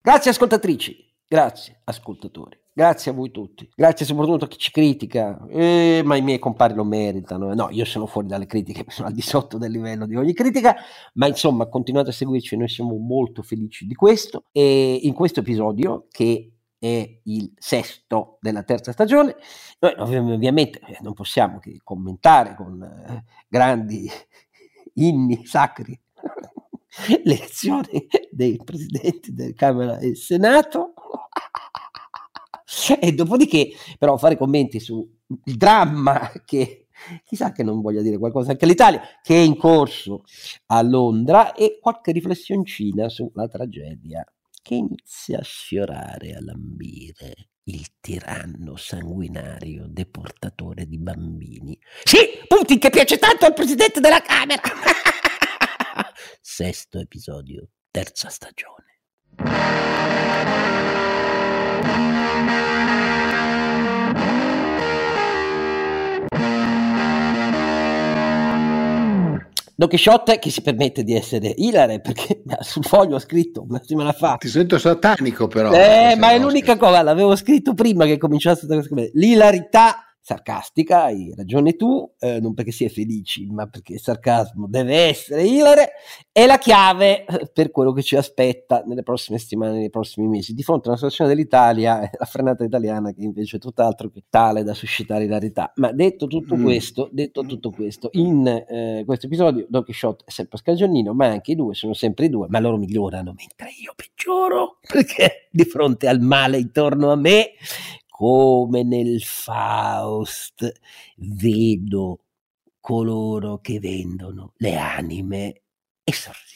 Grazie ascoltatrici, grazie ascoltatori, grazie a voi tutti, grazie soprattutto a chi ci critica, ma i miei compari lo meritano. No, io sono fuori dalle critiche, sono al di sotto del livello di ogni critica, ma insomma continuate a seguirci, noi siamo molto felici di questo. E in questo episodio, che è il 6° della 3ª stagione, noi ovviamente non possiamo che commentare con grandi inni sacri l'elezione dei presidenti della Camera e Senato, e dopodiché però fare commenti sul dramma che chissà che non voglia dire qualcosa anche all'Italia, che è in corso a Londra, e qualche riflessioncina sulla tragedia che inizia a sfiorare, a lambire il tiranno sanguinario deportatore di bambini. Sì, Putin, che piace tanto al presidente della Camera. 6° episodio, 3ª stagione. Don Chisciotte che si permette di essere ilare, perché sul foglio ho scritto una settimana fa. Ti sento satanico però. Ma è l'unica cosa, l'avevo scritto prima che cominciasse l'ilarità sarcastica, hai ragione tu, non perché si è felici, ma perché il sarcasmo deve essere ilare, è la chiave per quello che ci aspetta nelle prossime settimane, nei prossimi mesi, di fronte a una situazione dell'Italia, la frenata italiana che invece è tutt'altro che tale da suscitare ilarità. Ma detto tutto questo, in questo episodio Don Chisciotte è sempre Pascal Giannino, ma anche i due sono sempre i due, ma loro migliorano mentre io peggioro, perché di fronte al male intorno a me, come nel Faust, vedo coloro che vendono le anime e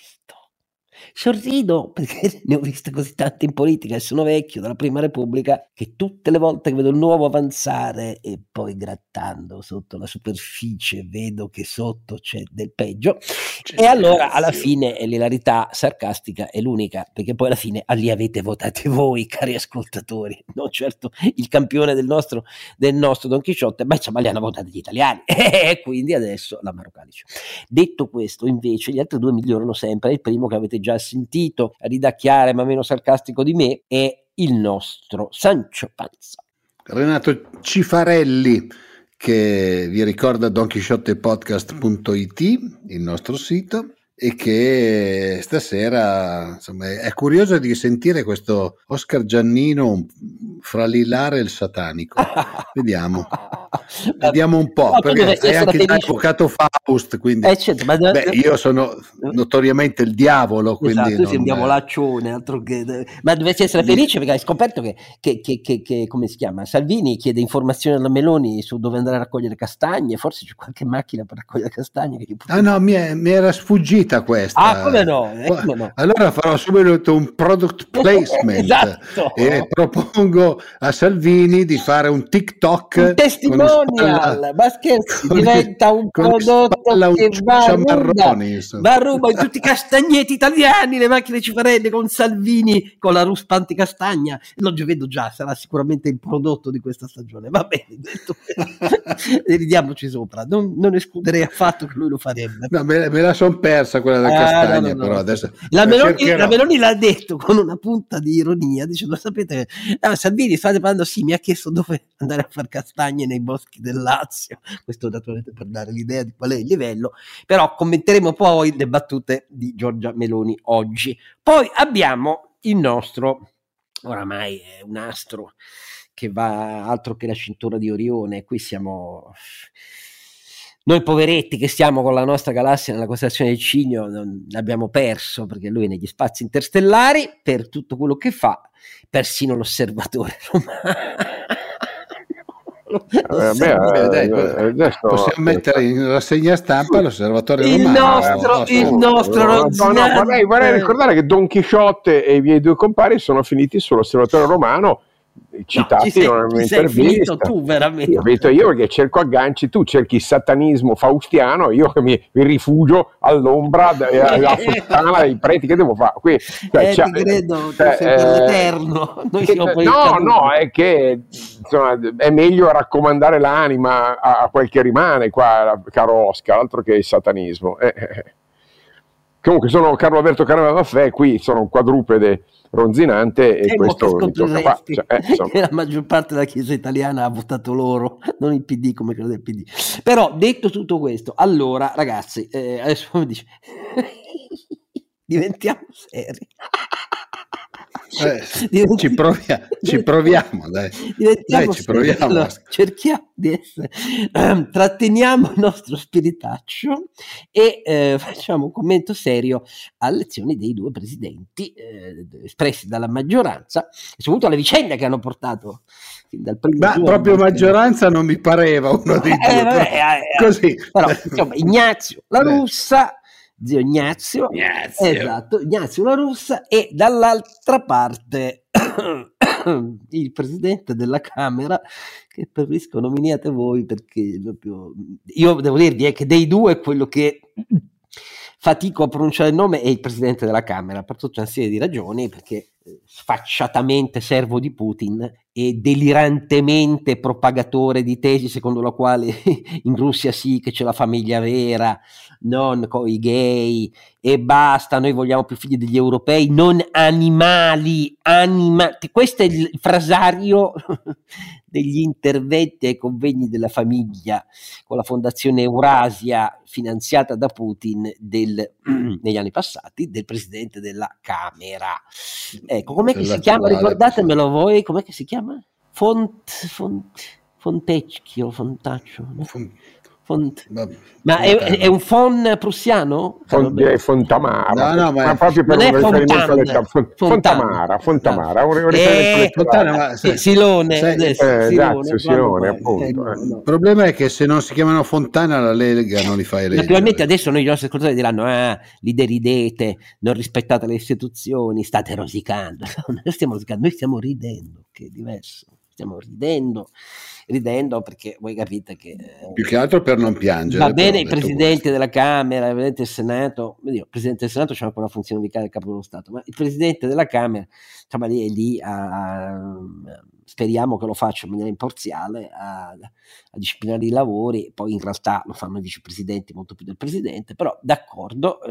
sorrido perché ne ho viste così tante in politica e sono vecchio dalla Prima Repubblica, che tutte le volte che vedo il nuovo avanzare e poi grattando sotto la superficie vedo che sotto c'è del peggio, e allora alla fine l'ilarità sarcastica è l'unica, perché poi alla fine li avete votati voi, cari ascoltatori, non certo il campione del nostro Don Chisciotte, ma insomma li hanno votati gli italiani e quindi adesso la Calice. Detto questo, invece, gli altri due migliorano sempre. Il primo, che avete già sentito ridacchiare ma meno sarcastico di me, è il nostro Sancio Panza, Renato Cifarelli, che vi ricorda donchisciottepodcast.it, il nostro sito, e che stasera insomma è curioso di sentire questo Oscar Giannino fra l'ilare e il satanico. Vediamo un po', perché hai anche l'avvocato Faust, quindi io sono notoriamente il diavolo, quindi esatto, tu sei un diavolaccione, altro che, ma dovresti essere felice perché hai scoperto che come si chiama, Salvini chiede informazioni alla Meloni su dove andare a raccogliere castagne, forse c'è qualche macchina per raccogliere castagne che mi era sfuggita questa. Come no? Allora farò subito un product placement. Esatto. E propongo a Salvini di fare un TikTok, un testimonial, ma scherzi, diventa un prodotto che va a ruba in tutti i castagneti italiani, le macchine Cifarelli con Salvini con la ruspa anticastagna. Lo vedo già, sarà sicuramente il prodotto di questa stagione. Va bene, detto ridiamoci sopra, non escluderei affatto che lui lo farebbe. No, me la son persa quella della castagna, però adesso la Meloni l'ha detto con una punta di ironia, dicendo: sapete, Salvini state parlando, sì, mi ha chiesto dove andare a far castagne nei boschi del Lazio. Questo naturalmente per dare l'idea di qual è il livello, però commenteremo poi le battute di Giorgia Meloni oggi. Poi abbiamo il nostro, oramai è un astro che va altro che la cintura di Orione, qui siamo noi poveretti che stiamo con la nostra galassia nella costellazione del Cigno, non l'abbiamo perso, perché lui è negli spazi interstellari per tutto quello che fa, persino l'osservatore possiamo mettere in rassegna stampa l'osservatore romano. Vorrei ricordare che Don Chisciotte e i miei due compari sono finiti sull'osservatore romano, citati in un'intervista. Tu veramente. Ho detto io perché cerco agganci, tu cerchi il satanismo faustiano, io che mi rifugio all'ombra della fontana dei preti, che devo fare? Qui, ti credo, sei per l'eterno. No, è che insomma, è meglio raccomandare l'anima a quel che rimane qua, caro Oscar, altro che il satanismo. Comunque sono Carlo Alberto Caramavaffè, qui sono un quadrupede ronzinante e questo mi tocca qua. La maggior parte della Chiesa italiana ha votato loro, non il PD come credo il PD. Però detto tutto questo, allora ragazzi, adesso mi dice diventiamo seri. Ci proviamo, dai. Ci proviamo. Allora, cerchiamo di essere, tratteniamo il nostro spiritaccio e facciamo un commento serio alle azioni dei due presidenti espressi dalla maggioranza e soprattutto alle vicende che hanno portato dal primo giorno. Proprio maggioranza non mi pareva uno dei due. Così. Però insomma Ignazio La Russa, zio Ignazio, esatto, Ignazio La Russa, e dall'altra parte il presidente della Camera, che preferisco nominiate voi perché proprio io devo dirvi che dei due quello che fatico a pronunciare il nome è il presidente della Camera per tutta una serie di ragioni, perché sfacciatamente servo di Putin e delirantemente propagatore di tesi secondo la quale in Russia sì che c'è la famiglia vera, non coi gay e basta, noi vogliamo più figli degli europei, non animali. Questo è il frasario degli interventi ai convegni della famiglia con la fondazione Eurasia finanziata da Putin negli anni passati, del presidente della Camera. Ecco, com'è che si chiama? Ricordatemelo voi, com'è che si chiama? Fontecchio, Fontaccio, no? Ma è un fon prussiano? Direi Fontamara. No, ma proprio per un riferimento alle Fontamara, un riferimento alle Silone, Silone, appunto. Il problema è che se non si chiamano Fontana la Lega non li fa eleggere. Naturalmente adesso noi i nostri ascoltatori diranno li deridete, non rispettate le istituzioni, state rosicando. Noi stiamo rosicando, noi stiamo ridendo, che è diverso. Stiamo ridendo perché voi capite che più che altro per non piangere. Va bene il presidente della Camera, il presidente del Senato, il presidente del Senato c'è ancora una funzione vicale del capo dello Stato, ma il presidente della Camera insomma lì è lì speriamo che lo faccia in maniera imparziale a disciplinare i lavori, poi in realtà lo fanno i vicepresidenti molto più del presidente, però d'accordo.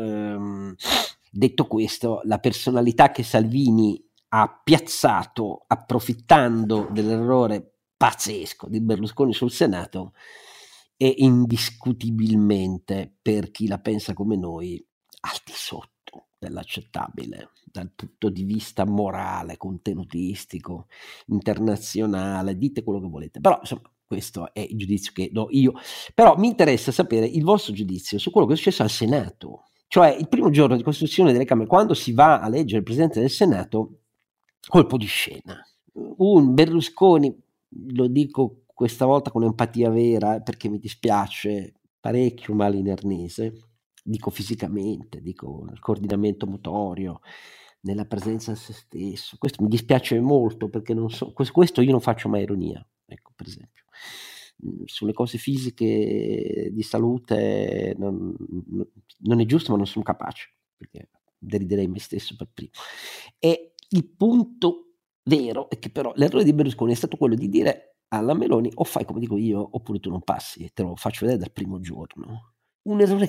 Detto questo, la personalità che Salvini ha piazzato approfittando dell'errore pazzesco di Berlusconi sul Senato è indiscutibilmente, per chi la pensa come noi, al di sotto dell'accettabile dal punto di vista morale, contenutistico, internazionale, dite quello che volete, però insomma questo è il giudizio che do io. Però mi interessa sapere il vostro giudizio su quello che è successo al Senato, cioè il primo giorno di costituzione delle Camere, quando si va a eleggere il Presidente del Senato. Colpo di scena, un Berlusconi, lo dico questa volta con empatia vera perché mi dispiace parecchio male in arnese, dico fisicamente, dico nel coordinamento motorio, nella presenza a se stesso, questo mi dispiace molto perché non so, questo io non faccio mai ironia, ecco, per esempio sulle cose fisiche di salute non è giusto, ma non sono capace perché deriderei me stesso per primo. E il punto vero è che però l'errore di Berlusconi è stato quello di dire alla Meloni o fai come dico io oppure tu non passi e te lo faccio vedere dal primo giorno. Un errore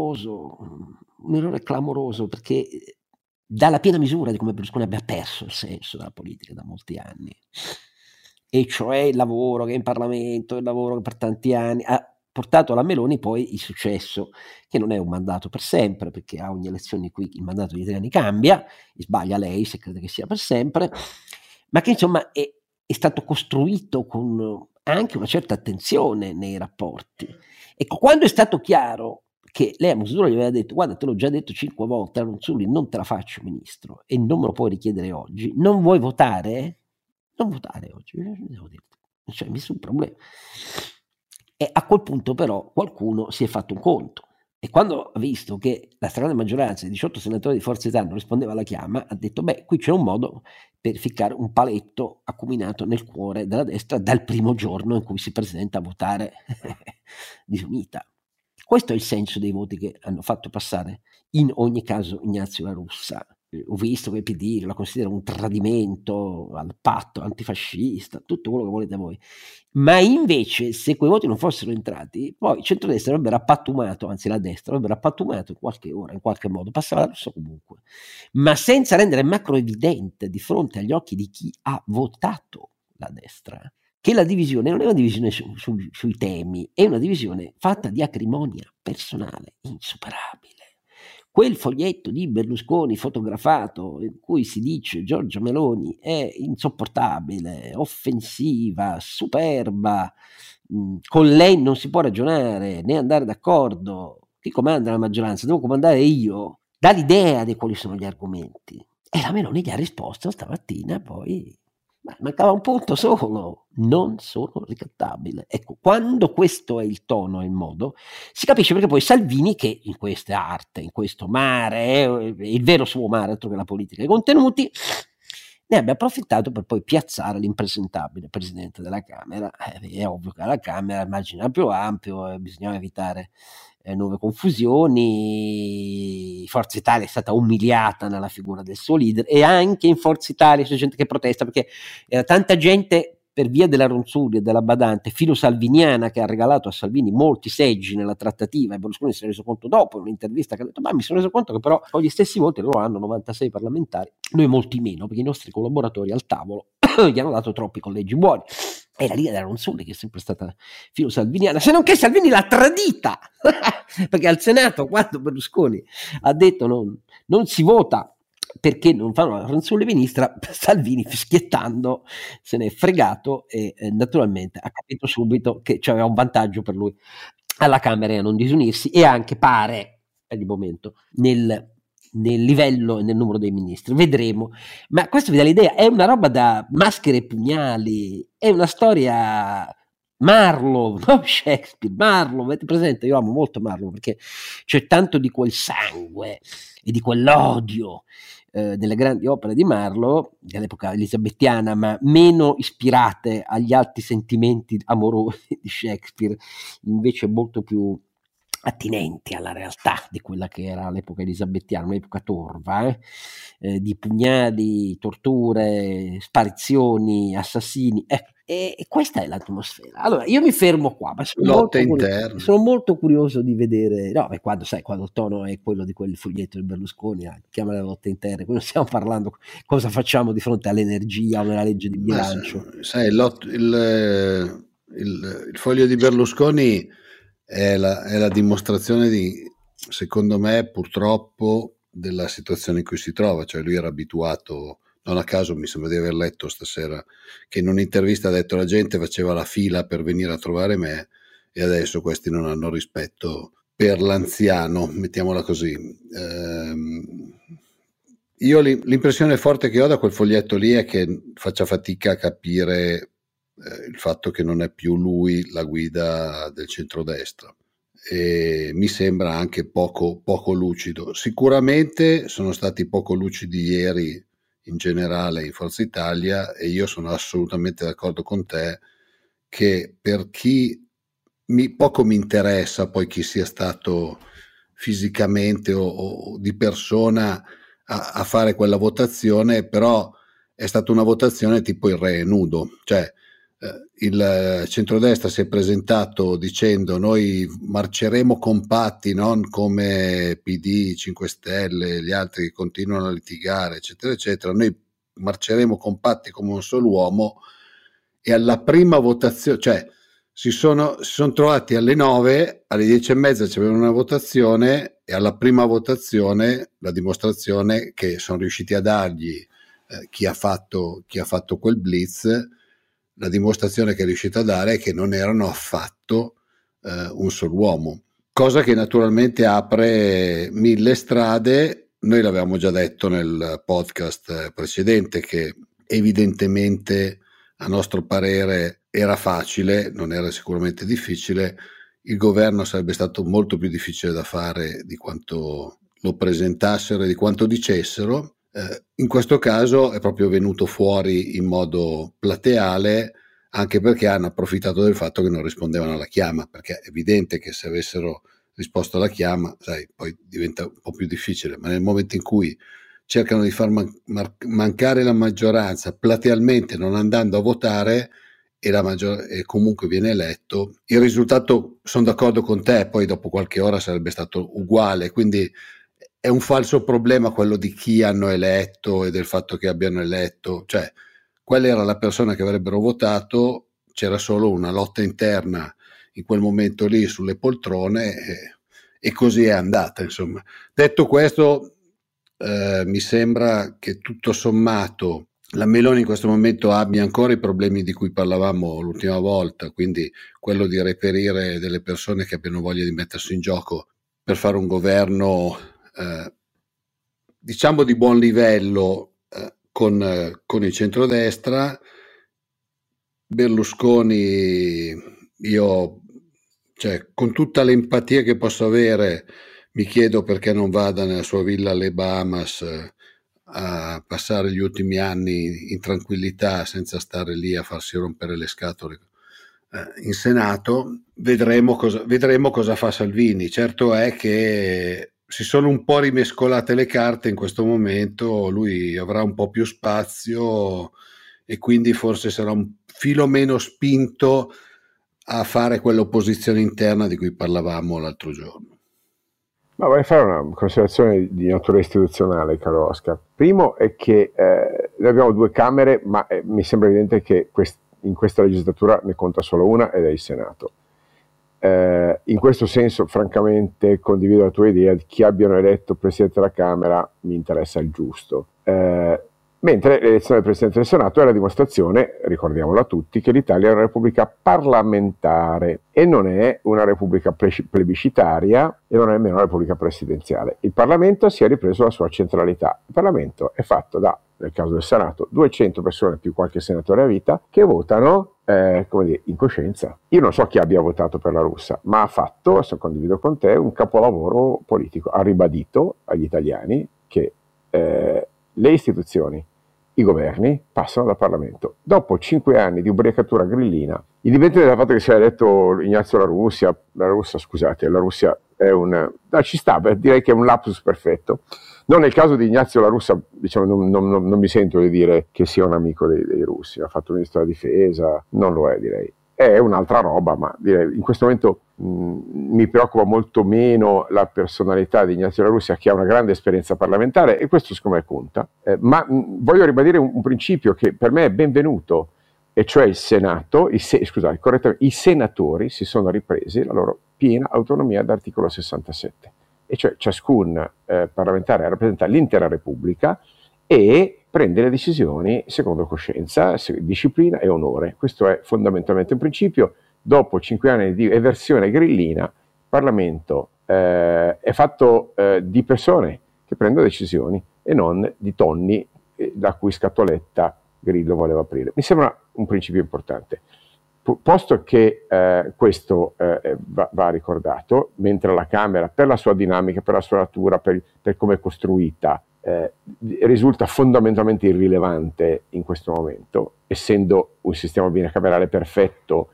clamoroso perché dà la piena misura di come Berlusconi abbia perso il senso della politica da molti anni, e cioè il lavoro che è in Parlamento, il lavoro che per tanti anni ha portato alla Meloni poi il successo, che non è un mandato per sempre, perché a ogni elezione qui il mandato degli italiani cambia, e sbaglia lei se crede che sia per sempre, ma che insomma è stato costruito con anche una certa attenzione nei rapporti. Ecco, quando è stato chiaro che lei a Mussolini gli aveva detto guarda te l'ho già detto 5 volte, Ronzulli non te la faccio ministro e non me lo puoi richiedere oggi, non vuoi votare? Non votare oggi, devo dirti, non c'è nessun problema. E a quel punto però qualcuno si è fatto un conto e quando ha visto che la stragrande maggioranza dei 18 senatori di Forza Italia non rispondeva alla chiama, ha detto beh, qui c'è un modo per ficcare un paletto acuminato nel cuore della destra dal primo giorno in cui si presenta a votare disunita. Questo è il senso dei voti che hanno fatto passare in ogni caso Ignazio La Russa ho visto che il PD la considera un tradimento al patto antifascista, tutto quello che volete voi. Ma invece, se quei voti non fossero entrati, poi il centrodestra avrebbe rappattumato, anzi la destra avrebbe rappattumato in qualche ora, in qualche modo, passava la Russa comunque, ma senza rendere macro evidente di fronte agli occhi di chi ha votato la destra che la divisione non è una divisione sui temi, è una divisione fatta di acrimonia personale insuperabile. Quel foglietto di Berlusconi fotografato in cui si dice Giorgia Meloni è insopportabile, offensiva, superba, con lei non si può ragionare né andare d'accordo, chi comanda la maggioranza? Devo comandare io, dà l'idea di quali sono gli argomenti. E la Meloni gli ha risposto stamattina poi mancava un punto solo, non sono ricattabile. Ecco, quando questo è il tono e il modo, si capisce perché poi Salvini, che in questa arte, in questo mare, è il vero suo mare, altro che la politica e i contenuti, ne abbia approfittato per poi piazzare l'impresentabile Presidente della Camera. È ovvio che alla Camera il margine era più ampio e bisognava evitare nuove confusioni. Forza Italia è stata umiliata nella figura del suo leader e anche in Forza Italia c'è gente che protesta perché era tanta gente per via della Ronzulli e della badante filo-salviniana che ha regalato a Salvini molti seggi nella trattativa e Berlusconi si è reso conto dopo in un'intervista che ha detto ma mi sono reso conto che però con gli stessi voti loro hanno 96 parlamentari, noi molti meno perché i nostri collaboratori al tavolo gli hanno dato troppi collegi buoni. E la linea della Ronzulli che è sempre stata filo-salviniana, se non che Salvini l'ha tradita perché al Senato quando Berlusconi ha detto non si vota perché non fanno la Ronzulli ministra, Salvini fischiettando se ne è fregato e naturalmente ha capito subito che c'aveva un vantaggio per lui alla Camera a non disunirsi e anche pare di momento nel livello e nel numero dei ministri, vedremo, ma questo vi dà l'idea, è una roba da maschere e pugnali, è una storia Marlowe, non Shakespeare, Marlowe, avete presente? Io amo molto Marlowe perché c'è tanto di quel sangue e di quell'odio delle grandi opere di Marlowe dell'epoca elisabettiana, ma meno ispirate agli alti sentimenti amorosi di Shakespeare, invece molto più attinenti alla realtà di quella che era l'epoca elisabettiana, un'epoca torva, di pugnali, torture, sparizioni, assassini, e questa è l'atmosfera. Allora io mi fermo qua, ma sono molto curioso di vedere, no, quando il tono è quello di quel foglietto di Berlusconi, chiama la lotta interna, qui non stiamo parlando cosa facciamo di fronte all'energia o nella legge di bilancio. Sai, il foglio di Berlusconi è la dimostrazione secondo me, purtroppo, della situazione in cui si trova, cioè lui era abituato, non a caso mi sembra di aver letto stasera, che in un'intervista ha detto la gente faceva la fila per venire a trovare me e adesso questi non hanno rispetto per l'anziano, mettiamola così. Io l'impressione forte che ho da quel foglietto lì è che faccia fatica a capire il fatto che non è più lui la guida del centrodestra e mi sembra anche poco lucido. Sicuramente sono stati poco lucidi ieri in generale in Forza Italia e io sono assolutamente d'accordo con te che per chi poco mi interessa poi chi sia stato fisicamente o di persona a fare quella votazione, però è stata una votazione tipo il re è nudo, cioè il centrodestra si è presentato dicendo noi marceremo compatti, non come PD, 5 Stelle, gli altri che continuano a litigare, eccetera, eccetera, noi marceremo compatti come un solo uomo e alla prima votazione, cioè si sono trovati alle 9, alle 10:30 c'avevano una votazione e alla prima votazione la dimostrazione che sono riusciti a dargli chi ha fatto quel blitz, la dimostrazione che è riuscito a dare è che non erano affatto un solo uomo, cosa che naturalmente apre 1000 strade. Noi l'avevamo già detto nel podcast precedente che evidentemente a nostro parere era facile, non era sicuramente difficile, il governo sarebbe stato molto più difficile da fare di quanto lo presentassero e di quanto dicessero. In questo caso è proprio venuto fuori in modo plateale, anche perché hanno approfittato del fatto che non rispondevano alla chiama, perché è evidente che se avessero risposto alla chiama, sai, poi diventa un po' più difficile, ma nel momento in cui cercano di far mancare la maggioranza platealmente non andando a votare e comunque viene eletto. Il risultato, sono d'accordo con te, poi dopo qualche ora sarebbe stato uguale, quindi è un falso problema quello di chi hanno eletto e del fatto che abbiano eletto, cioè quella era la persona che avrebbero votato, c'era solo una lotta interna in quel momento lì sulle poltrone e così è andata, insomma. Detto questo, mi sembra che tutto sommato la Meloni in questo momento abbia ancora i problemi di cui parlavamo l'ultima volta, quindi quello di reperire delle persone che abbiano voglia di mettersi in gioco per fare un governo diciamo di buon livello con il centrodestra. Berlusconi, io, cioè, con tutta l'empatia che posso avere, mi chiedo perché non vada nella sua villa alle Bahamas a passare gli ultimi anni in tranquillità senza stare lì a farsi rompere le scatole in Senato. Vedremo cosa fa Salvini. Certo è che si sono un po' rimescolate le carte in questo momento, lui avrà un po' più spazio e quindi forse sarà un filo meno spinto a fare quell'opposizione interna di cui parlavamo l'altro giorno. Ma vorrei fare una considerazione di natura istituzionale, caro Oscar. Primo è che noi abbiamo 2 Camere, ma mi sembra evidente che in questa legislatura ne conta solo una ed è il Senato. In questo senso, francamente, condivido la tua idea di chi abbiano eletto Presidente della Camera, mi interessa il giusto. Mentre l'elezione del Presidente del Senato è la dimostrazione, ricordiamolo a tutti, che l'Italia è una repubblica parlamentare e non è una repubblica plebiscitaria e non è nemmeno una repubblica presidenziale. Il Parlamento si è ripreso la sua centralità. Il Parlamento è fatto da, nel caso del Senato, 200 persone più qualche senatore a vita che votano come dire, in coscienza. Io non so chi abbia votato per la Russa, ma ha fatto, se condivido con te, un capolavoro politico. Ha ribadito agli italiani che le istituzioni, i governi passano dal Parlamento. Dopo 5 anni di ubriacatura grillina, indipendentemente dal fatto che sia eletto Ignazio La Russia è un... ci sta, direi che è un lapsus perfetto. Non nel caso di Ignazio La Russia, diciamo, non mi sento di dire che sia un amico dei russi, ha fatto il ministro della difesa, non lo è, direi. È un'altra roba, ma direi in questo momento mi preoccupa molto meno la personalità di Ignazio La Russia, che ha una grande esperienza parlamentare, e questo secondo me conta. Ma voglio ribadire un principio che per me è benvenuto, e cioè il Senato, i senatori si sono ripresi la loro piena autonomia d'articolo 67, e cioè ciascun parlamentare rappresenta l'intera Repubblica e prende le decisioni secondo coscienza, disciplina e onore. Questo è fondamentalmente un principio. Dopo 5 anni di eversione grillina, il Parlamento è fatto di persone che prendono decisioni e non di tonni da cui scatoletta Grillo voleva aprire. Mi sembra un principio importante. Posto che questo va ricordato, mentre la Camera, per la sua dinamica, per la sua natura, per come è costruita, risulta fondamentalmente irrilevante in questo momento, essendo un sistema bicamerale perfetto,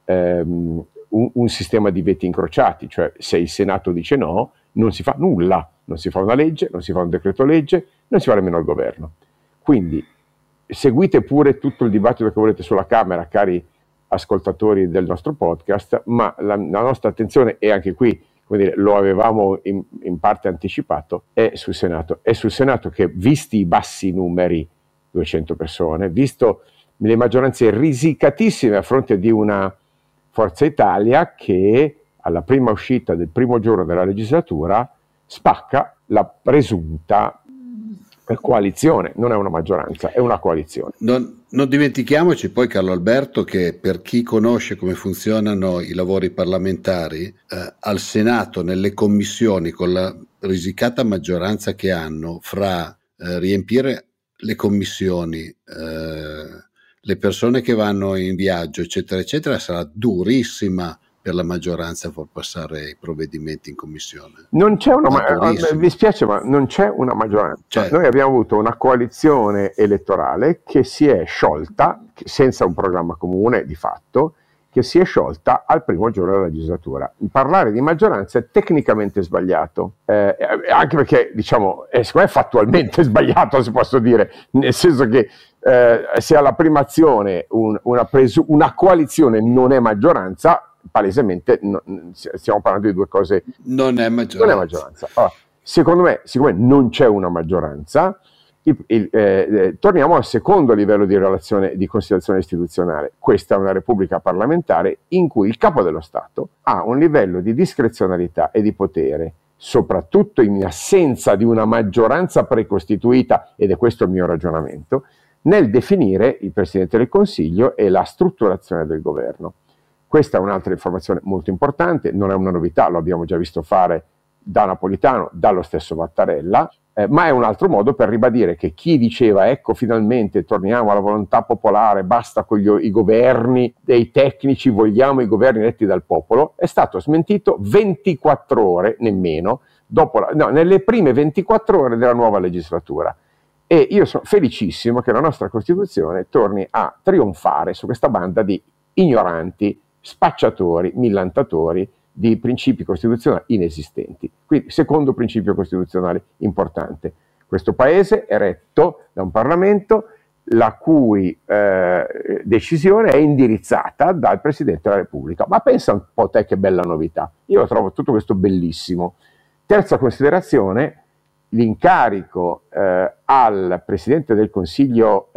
un sistema di veti incrociati, cioè se il Senato dice no, non si fa nulla, non si fa una legge, non si fa un decreto legge, non si fa nemmeno il governo. Quindi seguite pure tutto il dibattito che volete sulla Camera, cari ascoltatori del nostro podcast, ma la nostra attenzione, e anche qui, come dire, lo avevamo in parte anticipato, è sul Senato. È sul Senato che, visti i bassi numeri, 200 persone, visto le maggioranze risicatissime a fronte di una Forza Italia che alla prima uscita del primo giorno della legislatura spacca la presunta coalizione. Non è una maggioranza, è una coalizione. Non dimentichiamoci poi, Carlo Alberto, che per chi conosce come funzionano i lavori parlamentari, al Senato, nelle commissioni, con la risicata maggioranza che hanno, fra riempire le commissioni, le persone che vanno in viaggio, eccetera, eccetera, sarà durissima per la maggioranza far passare i provvedimenti in commissione. Non c'è una maggioranza, mi spiace, ma non c'è una maggioranza. Certo. Noi abbiamo avuto una coalizione elettorale che si è sciolta senza un programma comune di fatto, che si è sciolta al primo giorno della legislatura. Parlare di maggioranza è tecnicamente sbagliato, anche perché, diciamo, secondo me fattualmente sbagliato, se posso dire, nel senso che se alla prima azione una coalizione non è maggioranza, palesemente stiamo parlando di due cose. Non è maggioranza. Allora, secondo me, siccome non c'è una maggioranza, torniamo al secondo livello di relazione di considerazione istituzionale. Questa è una repubblica parlamentare in cui il capo dello Stato ha un livello di discrezionalità e di potere, soprattutto in assenza di una maggioranza precostituita, ed è questo il mio ragionamento, nel definire il Presidente del Consiglio e la strutturazione del governo. Questa è un'altra informazione molto importante, non è una novità, lo abbiamo già visto fare da Napolitano, dallo stesso Mattarella, ma è un altro modo per ribadire che chi diceva ecco finalmente torniamo alla volontà popolare, basta con i governi dei tecnici, vogliamo i governi eletti dal popolo, è stato smentito 24 ore nemmeno, nelle prime 24 ore della nuova legislatura. E io sono felicissimo che la nostra Costituzione torni a trionfare su questa banda di ignoranti, spacciatori, millantatori di principi costituzionali inesistenti. Quindi, secondo principio costituzionale importante, questo Paese è retto da un Parlamento la cui decisione è indirizzata dal Presidente della Repubblica. Ma pensa un po' te che bella novità. Io trovo tutto questo bellissimo. Terza considerazione, l'incarico al Presidente del Consiglio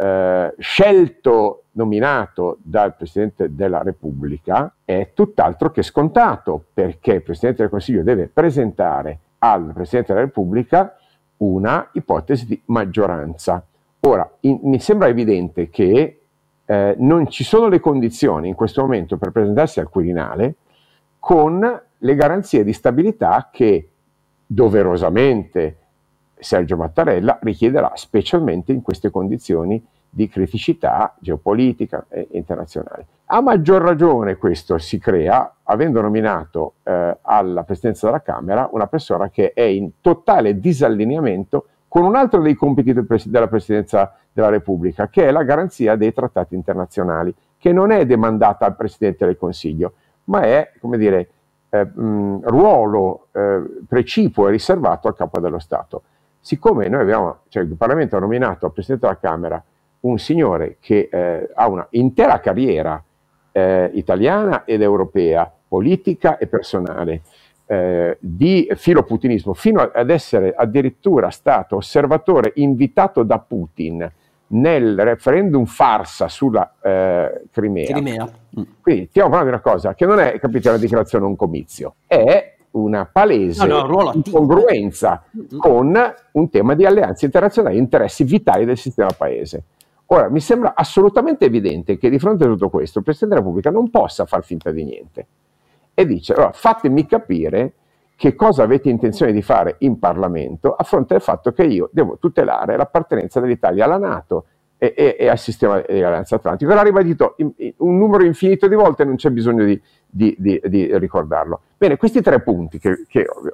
scelto, nominato dal Presidente della Repubblica è tutt'altro che scontato, perché il Presidente del Consiglio deve presentare al Presidente della Repubblica una ipotesi di maggioranza. Ora, mi sembra evidente che non ci sono le condizioni in questo momento per presentarsi al Quirinale con le garanzie di stabilità che doverosamente Sergio Mattarella richiederà, specialmente in queste condizioni di criticità geopolitica e internazionale. A maggior ragione questo si crea avendo nominato alla presidenza della Camera una persona che è in totale disallineamento con un altro dei compiti della Presidenza della Repubblica, che è la garanzia dei trattati internazionali, che non è demandata al Presidente del Consiglio, ma è, come dire, ruolo precipuo e riservato al Capo dello Stato. Siccome noi abbiamo, cioè il Parlamento ha nominato al Presidente della Camera un signore che ha una intera carriera italiana ed europea, politica e personale, di filoputinismo, fino ad essere addirittura stato osservatore invitato da Putin nel referendum farsa sulla Crimea. Quindi stiamo parlando di una cosa che non è, capite, una dichiarazione o un comizio, è una palese incongruenza con un tema di alleanze internazionali e interessi vitali del sistema paese. Ora, mi sembra assolutamente evidente che di fronte a tutto questo il Presidente della Repubblica non possa far finta di niente e dice, allora, fatemi capire che cosa avete intenzione di fare in Parlamento a fronte del fatto che io devo tutelare l'appartenenza dell'Italia alla NATO e al sistema dell'Alleanza Atlantica. L'ha ribadito un numero infinito di volte, non c'è bisogno di ricordarlo. Bene, questi tre punti che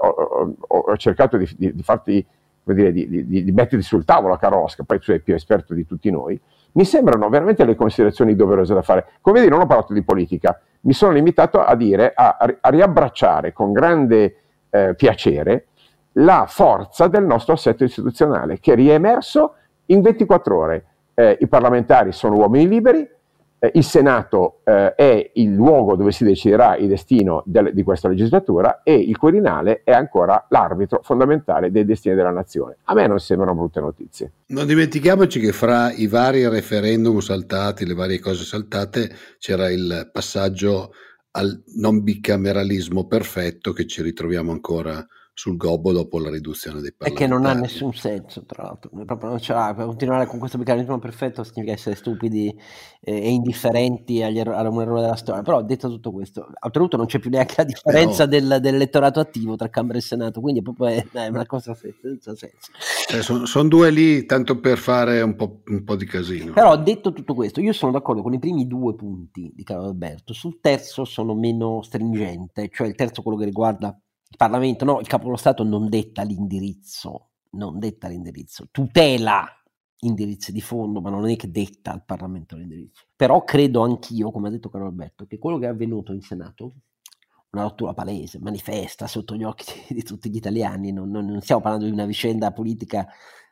ho cercato di farti, come dire, di metterli sul tavolo a Carosca, poi tu sei più esperto di tutti noi, mi sembrano veramente le considerazioni doverose da fare. Come dire, non ho parlato di politica, mi sono limitato a dire, a riabbracciare con grande piacere la forza del nostro assetto istituzionale, che è riemerso in 24 ore. I parlamentari sono uomini liberi, il Senato è il luogo dove si deciderà il destino di questa legislatura e il Quirinale è ancora l'arbitro fondamentale dei destini della nazione. A me non sembrano brutte notizie. Non dimentichiamoci che fra i vari referendum saltati, le varie cose saltate, c'era il passaggio al non bicameralismo perfetto che ci ritroviamo ancora sul gobbo dopo la riduzione dei parlamentari. E che non ha nessun senso, tra l'altro, proprio non ce l'ha. Per continuare con questo bicameralismo perfetto significa essere stupidi e indifferenti a un errore della storia. Però detto tutto questo, oltretutto non c'è più neanche la differenza dell'elettorato attivo tra Camera e Senato, quindi proprio è una cosa senza senso. Sono due lì tanto per fare un po' di casino. Però detto tutto questo, io sono d'accordo con i primi due punti di Carlo Alberto. Sul terzo sono meno stringente, cioè il terzo, quello che riguarda il Parlamento, no, il Capo dello Stato non detta l'indirizzo, tutela indirizzi di fondo, ma non è che detta al Parlamento l'indirizzo. Però credo anch'io, come ha detto Carlo Alberto, che quello che è avvenuto in Senato, una rottura palese, manifesta sotto gli occhi di tutti gli italiani, non stiamo parlando di una vicenda politica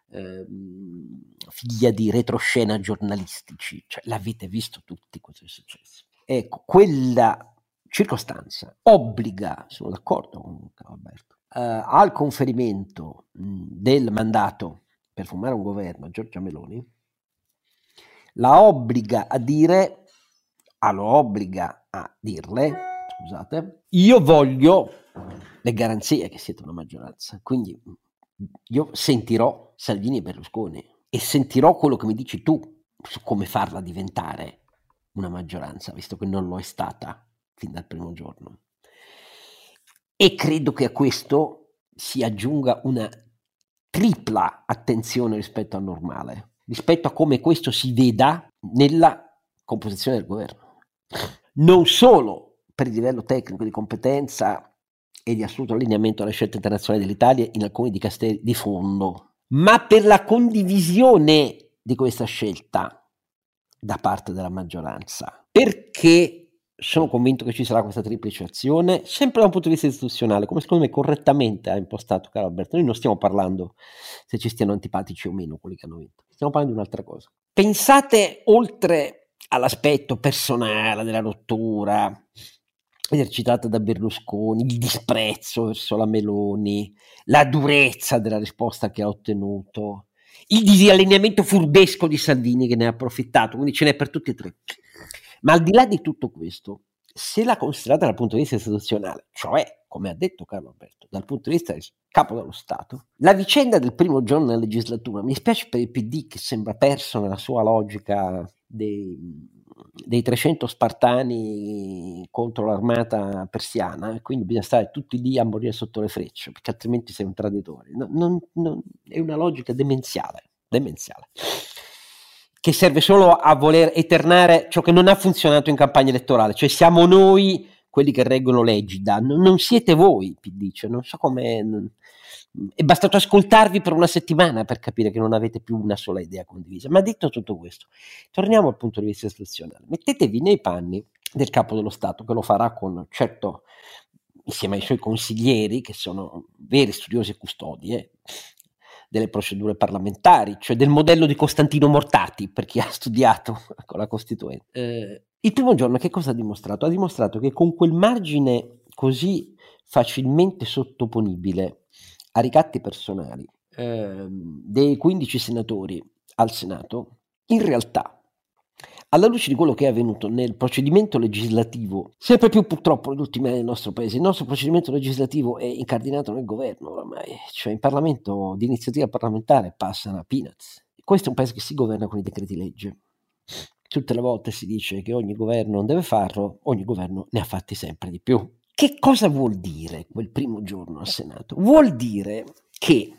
figlia di retroscena giornalistici, cioè l'avete visto tutti cosa è successo. Ecco, quella circostanza obbliga, sono d'accordo con Carlo Alberto, al conferimento del mandato per formare un governo a Giorgia Meloni, la obbliga a dire, lo obbliga a dirle, scusate, io voglio le garanzie che siete una maggioranza, quindi io sentirò Salvini e Berlusconi e sentirò quello che mi dici tu su come farla diventare una maggioranza, visto che non lo è stata fin dal primo giorno. E credo che a questo si aggiunga una tripla attenzione rispetto al normale, rispetto a come questo si veda nella composizione del governo. Non solo per il livello tecnico di competenza e di assoluto allineamento alle scelte internazionali dell'Italia in alcuni dicasteri di fondo, ma per la condivisione di questa scelta da parte della maggioranza. Perché sono convinto che ci sarà questa triplice azione, sempre da un punto di vista istituzionale, come secondo me correttamente ha impostato Carlo Alberto. Noi non stiamo parlando se ci stiano antipatici o meno quelli che hanno vinto, stiamo parlando di un'altra cosa. Pensate oltre all'aspetto personale della rottura esercitata da Berlusconi, il disprezzo verso la Meloni, la durezza della risposta che ha ottenuto, il disallineamento furbesco di Salvini che ne ha approfittato, quindi ce n'è per tutti e tre. Ma al di là di tutto questo, se la considerate dal punto di vista istituzionale, cioè, come ha detto Carlo Alberto, dal punto di vista del capo dello Stato, la vicenda del primo giorno della legislatura, mi spiace per il PD che sembra perso nella sua logica dei 300 spartani contro l'armata persiana, e quindi bisogna stare tutti lì a morire sotto le frecce, perché altrimenti sei un traditore. È una logica demenziale, che serve solo a voler eternare ciò che non ha funzionato in campagna elettorale, cioè siamo noi quelli che reggono l'egida, non siete voi, PD, cioè, non so come. È bastato ascoltarvi per una settimana per capire che non avete più una sola idea condivisa. Ma detto tutto questo, torniamo al punto di vista istituzionale. Mettetevi nei panni del capo dello Stato, che lo farà con, certo, insieme ai suoi consiglieri, che sono veri studiosi e custodi delle procedure parlamentari, cioè del modello di Costantino Mortati, per chi ha studiato con la Costituente. Il primo giorno che cosa ha dimostrato? Ha dimostrato che con quel margine così facilmente sottoponibile a ricatti personali dei 15 senatori al Senato, in realtà, alla luce di quello che è avvenuto nel procedimento legislativo, sempre più purtroppo negli ultimi anni nel nostro paese, il nostro procedimento legislativo è incardinato nel governo oramai, cioè in Parlamento di iniziativa parlamentare passano a peanuts. Questo è un paese che si governa con i decreti legge. Tutte le volte si dice che ogni governo non deve farlo, ogni governo ne ha fatti sempre di più. Che cosa vuol dire quel primo giorno al Senato? Vuol dire che,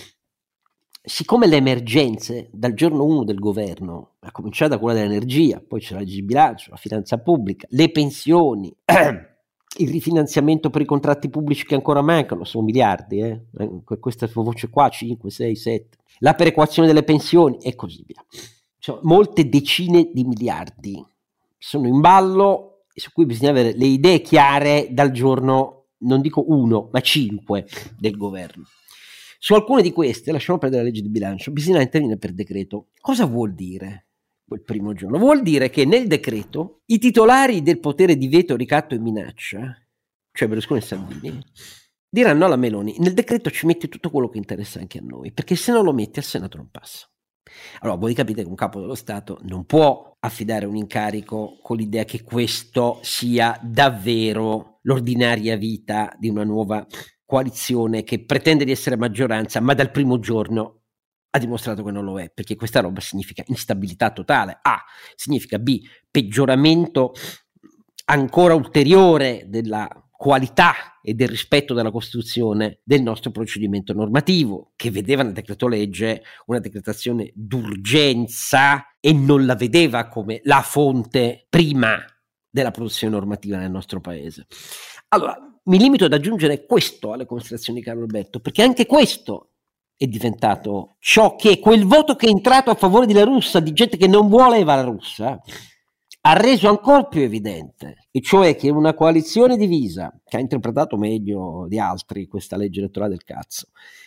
siccome le emergenze dal giorno 1 del governo, a cominciare da quella dell'energia, poi c'è la legge di bilancio, la finanza pubblica, le pensioni, il rifinanziamento per i contratti pubblici che ancora mancano, sono miliardi, questa voce qua, 5, 6, 7, la perequazione delle pensioni e così via. Cioè, molte decine di miliardi sono in ballo, su cui bisogna avere le idee chiare dal giorno, non dico 1, ma 5 del governo. Su alcune di queste, lasciamo perdere la legge di bilancio, bisogna intervenire per decreto. Cosa vuol dire quel primo giorno? Vuol dire che nel decreto i titolari del potere di veto, ricatto e minaccia, cioè Berlusconi e Salvini, diranno alla Meloni: nel decreto ci metti tutto quello che interessa anche a noi, perché se non lo metti al Senato non passa. Allora voi capite che un capo dello Stato non può affidare un incarico con l'idea che questo sia davvero l'ordinaria vita di una nuova coalizione che pretende di essere maggioranza, ma dal primo giorno ha dimostrato che non lo è, perché questa roba significa instabilità totale, A, significa B, peggioramento ancora ulteriore della qualità e del rispetto della Costituzione del nostro procedimento normativo, che vedeva nel decreto legge una decretazione d'urgenza e non la vedeva come la fonte prima della produzione normativa nel nostro paese. Allora, mi limito ad aggiungere questo alle considerazioni di Carlo Alberto, perché anche questo è diventato ciò che quel voto che è entrato a favore di La Russa, di gente che non voleva la Russa, ha reso ancora più evidente, e cioè che una coalizione divisa, che ha interpretato meglio di altri questa legge elettorale del cazzo,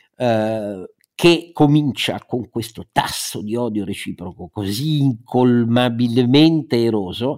che comincia con questo tasso di odio reciproco così incolmabilmente eroso,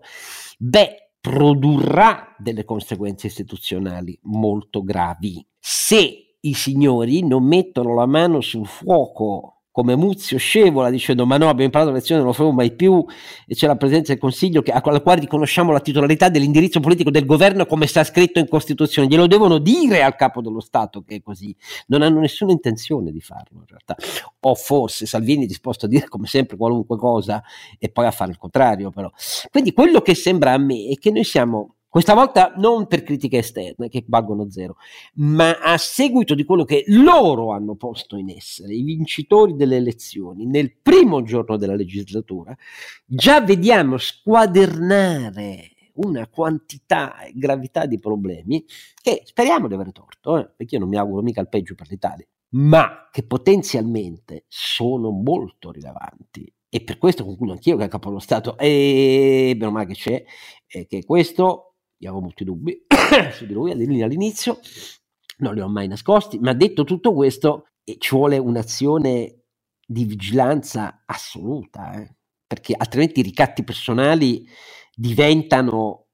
produrrà delle conseguenze istituzionali molto gravi. Se i signori non mettono la mano sul fuoco come Muzio scevola dicendo ma no, abbiamo imparato la lezione, non lo faremo mai più, e c'è la Presidenza del Consiglio alla quale riconosciamo la titolarità dell'indirizzo politico del governo come sta scritto in Costituzione, glielo devono dire al capo dello Stato che è così, non hanno nessuna intenzione di farlo in realtà, o forse Salvini è disposto a dire come sempre qualunque cosa e poi a fare il contrario però. Quindi quello che sembra a me è che noi siamo, questa volta non per critiche esterne che valgono zero, ma a seguito di quello che loro hanno posto in essere, i vincitori delle elezioni, nel primo giorno della legislatura, già vediamo squadernare una quantità e gravità di problemi che speriamo di avere torto, perché io non mi auguro mica il peggio per l'Italia, ma che potenzialmente sono molto rilevanti. E per questo concludo anch'io che a capo dello Stato, e meno male che c'è, che questo, io avevo molti dubbi su di lui all'inizio, non li ho mai nascosti, ma detto tutto questo ci vuole un'azione di vigilanza assoluta, perché altrimenti i ricatti personali diventano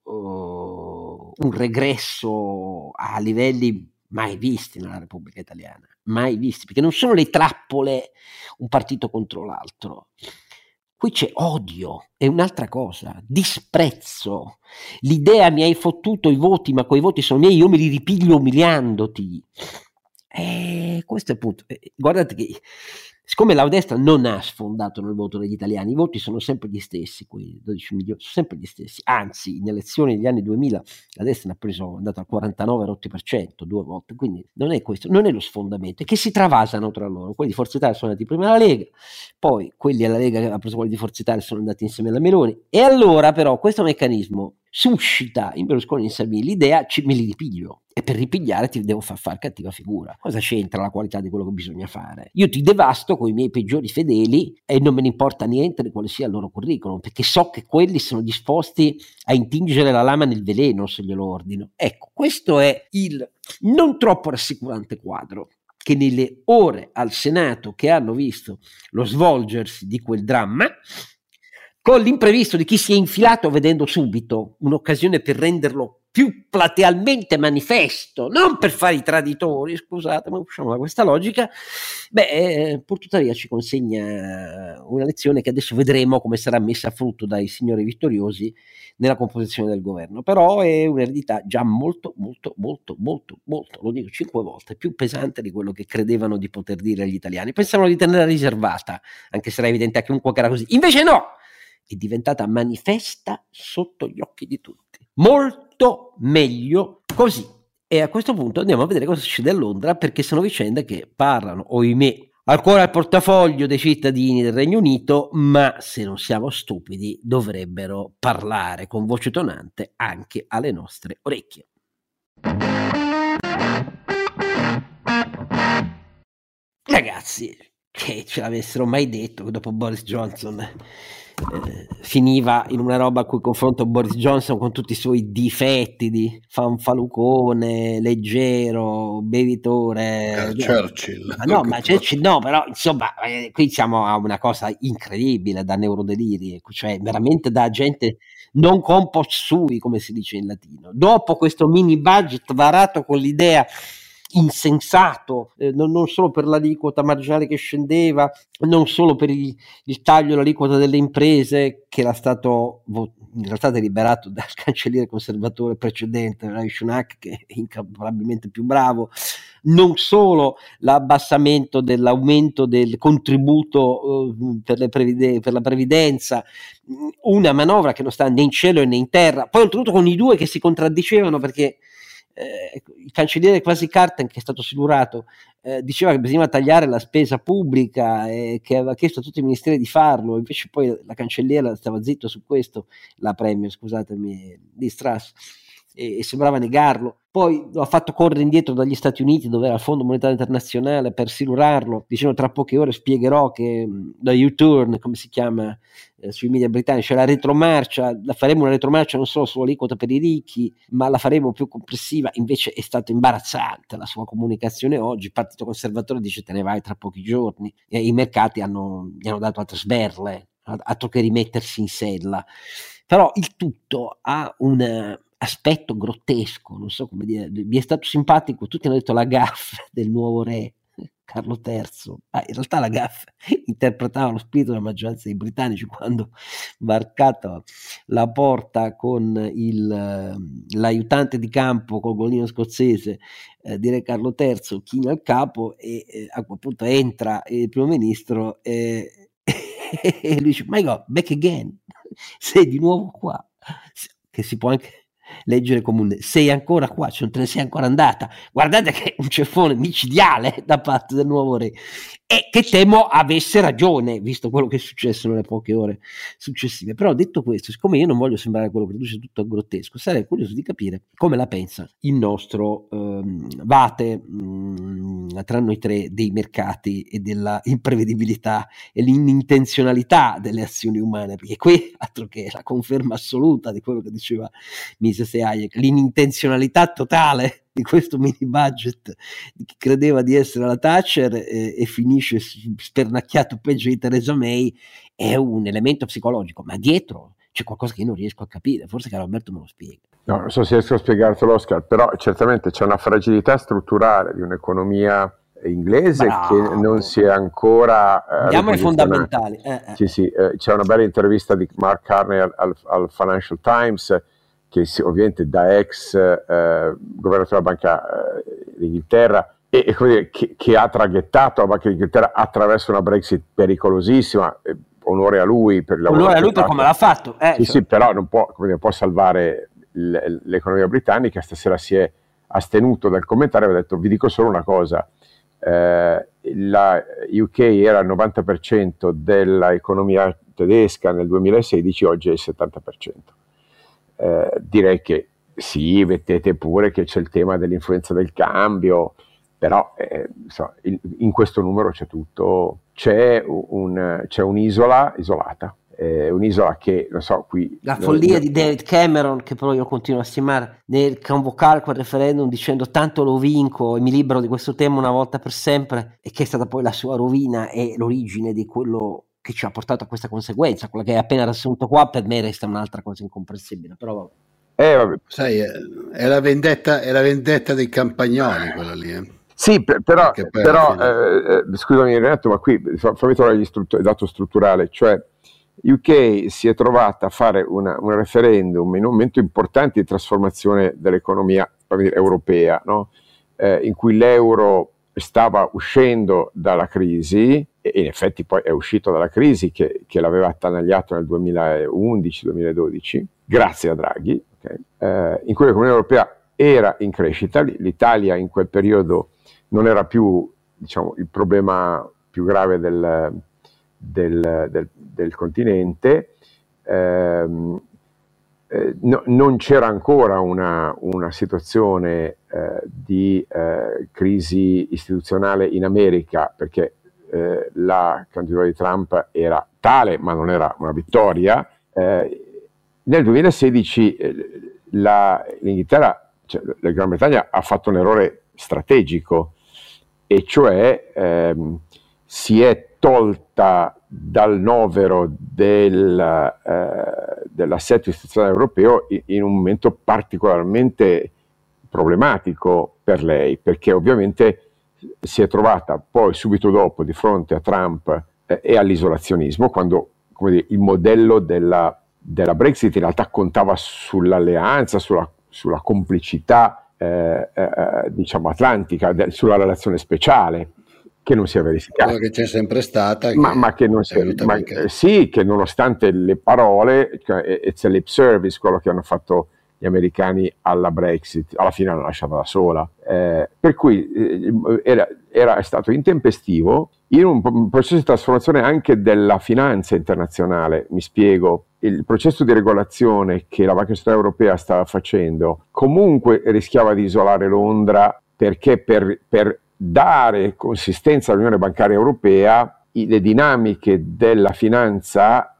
un regresso a livelli mai visti nella Repubblica Italiana, mai visti, perché non sono le trappole un partito contro l'altro. Qui c'è odio, è un'altra cosa, disprezzo. L'idea mi hai fottuto i voti, ma quei voti sono miei, io me li ripiglio umiliandoti. Questo è il punto. Guardate che, siccome la destra non ha sfondato nel voto degli italiani, i voti sono sempre gli stessi, quei 12 milioni, sono sempre gli stessi. Anzi, in elezioni degli anni 2000 la destra ne ha preso, è andata al 49% 2 volte, quindi non è questo, non è lo sfondamento, è che si travasano tra loro. Quelli di Forza Italia sono andati prima alla Lega, poi quelli alla Lega che ha preso quelli di Forza Italia sono andati insieme alla Meloni, e allora però questo meccanismo suscita in Berlusconi e in Salvini l'idea me li ripiglio, e per ripigliare ti devo far cattiva figura. Cosa c'entra la qualità di quello che bisogna fare? Io ti devasto con i miei peggiori fedeli e non me ne importa niente di quale sia il loro curriculum, perché so che quelli sono disposti a intingere la lama nel veleno se glielo ordino. Ecco, questo è il non troppo rassicurante quadro che nelle ore al Senato che hanno visto lo svolgersi di quel dramma, con l'imprevisto di chi si è infilato vedendo subito un'occasione per renderlo più platealmente manifesto, non per fare i traditori, scusate, ma usciamo da questa logica, pur tuttavia ci consegna una lezione che adesso vedremo come sarà messa a frutto dai signori vittoriosi nella composizione del governo, però è un'eredità già molto, lo dico 5 volte, più pesante di quello che credevano di poter dire agli italiani. Pensavano di tenerla riservata, anche se era evidente a chiunque che era così. Invece no! È diventata manifesta sotto gli occhi di tutti. Molto meglio così. E a questo punto andiamo a vedere cosa succede a Londra, perché sono vicende che parlano, ohimè, ancora al portafoglio dei cittadini del Regno Unito, ma se non siamo stupidi dovrebbero parlare con voce tonante anche alle nostre orecchie. Ragazzi, che ce l'avessero mai detto che dopo Boris Johnson finiva in una roba a cui confronto Boris Johnson con tutti i suoi difetti di fanfalucone, leggero, bevitore, Churchill. Churchill no, però insomma qui siamo a una cosa incredibile, da neurodeliri, cioè veramente da gente non compos sui, come si dice in latino. Dopo questo mini budget varato con l'idea insensato, non solo per l'aliquota marginale che scendeva, non solo per il taglio all'aliquota delle imprese che era stato in realtà deliberato dal cancelliere conservatore precedente, Rishi Sunak, che è incaparabilmente più bravo, non solo l'abbassamento dell'aumento del contributo per la previdenza, una manovra che non sta né in cielo né in terra, poi oltretutto con i due che si contraddicevano, perché il cancelliere Kwasi Kwarteng, che è stato silurato, diceva che bisognava tagliare la spesa pubblica e che aveva chiesto a tutti i ministeri di farlo, invece poi la cancelliera stava zitto su questo, la premier, scusatemi, di Strass, e sembrava negarlo. Poi lo ha fatto correre indietro dagli Stati Uniti, dove era il Fondo Monetario Internazionale, per silurarlo, dicendo tra poche ore spiegherò che la U-turn, come si chiama sui media britannici, cioè la retromarcia, la faremo una retromarcia non solo sull'aliquota per i ricchi, ma la faremo più complessiva. Invece è stato imbarazzante la sua comunicazione oggi. Il Partito Conservatore dice te ne vai tra pochi giorni, e i mercati gli hanno dato altre sberle, altro che rimettersi in sella. Però il tutto ha un aspetto grottesco, non so come dire. Vi è stato simpatico, tutti hanno detto la gaffe del nuovo re Carlo III. In realtà la gaffe interpretava lo spirito della maggioranza dei britannici quando varcato la porta con l'aiutante di campo col gollino scozzese di re Carlo III china al capo, e a quel punto entra il primo ministro e lui dice my God, back again, sei di nuovo qua, che si può anche leggere come un sei ancora qua, cioè non te ne sei ancora andata. Guardate che è un ceffone micidiale da parte del nuovo re, e che temo avesse ragione visto quello che è successo nelle poche ore successive. Però detto questo, siccome io non voglio sembrare quello che riduce tutto a grottesco, sarei curioso di capire come la pensa il nostro Vate tra noi tre dei mercati e della imprevedibilità e l'inintenzionalità delle azioni umane, perché qui altro che la conferma assoluta di quello che diceva Mises e Hayek, l'inintenzionalità totale di questo mini budget di chi credeva di essere la Thatcher e finisce spernacchiato peggio di Theresa May, è un elemento psicologico, ma dietro c'è qualcosa che io non riesco a capire, forse che Alberto me lo spiega. No, non so se riesco a spiegartelo, Oscar, però certamente c'è una fragilità strutturale di un'economia inglese che non si è ancora andiamo ai fondamentali. Sì, c'è una bella intervista di Mark Carney al Financial Times, che ovviamente da ex governatore della Banca d'Inghilterra e che ha traghettato la Banca d'Inghilterra attraverso una Brexit pericolosissima. Onore a lui per il lavoro. Onore a lui per come l'ha fatto. Sì, però non può salvare l'economia britannica. Stasera si è astenuto dal commentare, aveva detto: vi dico solo una cosa, la UK era il 90% dell'economia tedesca nel 2016, oggi è il 70%. Direi che sì, mettete pure che c'è il tema dell'influenza del cambio, però in questo numero c'è tutto. C'è un'isola isolata, un'isola che, non so, qui... La follia di David Cameron, che però io continuo a stimare, nel convocare quel referendum dicendo tanto lo vinco e mi libero di questo tema una volta per sempre, e che è stata poi la sua rovina e l'origine di quello che ci ha portato a questa conseguenza. Quella che hai appena riassunto qua per me resta un'altra cosa incomprensibile, però vabbè. Sai, è la vendetta dei campagnoli quella lì. Sì, però scusami Renato, ma qui fammi trovare il dato strutturale, cioè UK si è trovata a fare un referendum in un momento importante di trasformazione dell'economia europea, no? In cui l'euro stava uscendo dalla crisi, e in effetti poi è uscito dalla crisi che l'aveva attanagliato nel 2011-2012, grazie a Draghi, in cui l'economia europea era in crescita. L'Italia in quel periodo non era più, diciamo, il problema più grave del continente, non c'era ancora una situazione di crisi istituzionale in America, perché la candidatura di Trump era tale, ma non era una vittoria. Nel 2016 l'Inghilterra, cioè la Gran Bretagna, ha fatto un errore strategico, e cioè si è tolta dal novero dell'assetto istituzionale europeo in un momento particolarmente problematico per lei, perché ovviamente si è trovata poi subito dopo di fronte a Trump e all'isolazionismo, quando, come dire, il modello della Brexit in realtà contava sull'alleanza, sulla complicità diciamo atlantica, sulla relazione speciale, che non si è verificata. Quello che c'è sempre stata, ma che non si è, sì, che nonostante le parole, it's a lip service, quello che hanno fatto gli americani alla Brexit, alla fine l'hanno lasciata da sola. Per cui è stato intempestivo in un processo di trasformazione anche della finanza internazionale. Mi spiego. Il processo di regolazione che la Banca Centrale Europea stava facendo comunque rischiava di isolare Londra, perché per dare consistenza all'Unione Bancaria Europea le dinamiche della finanza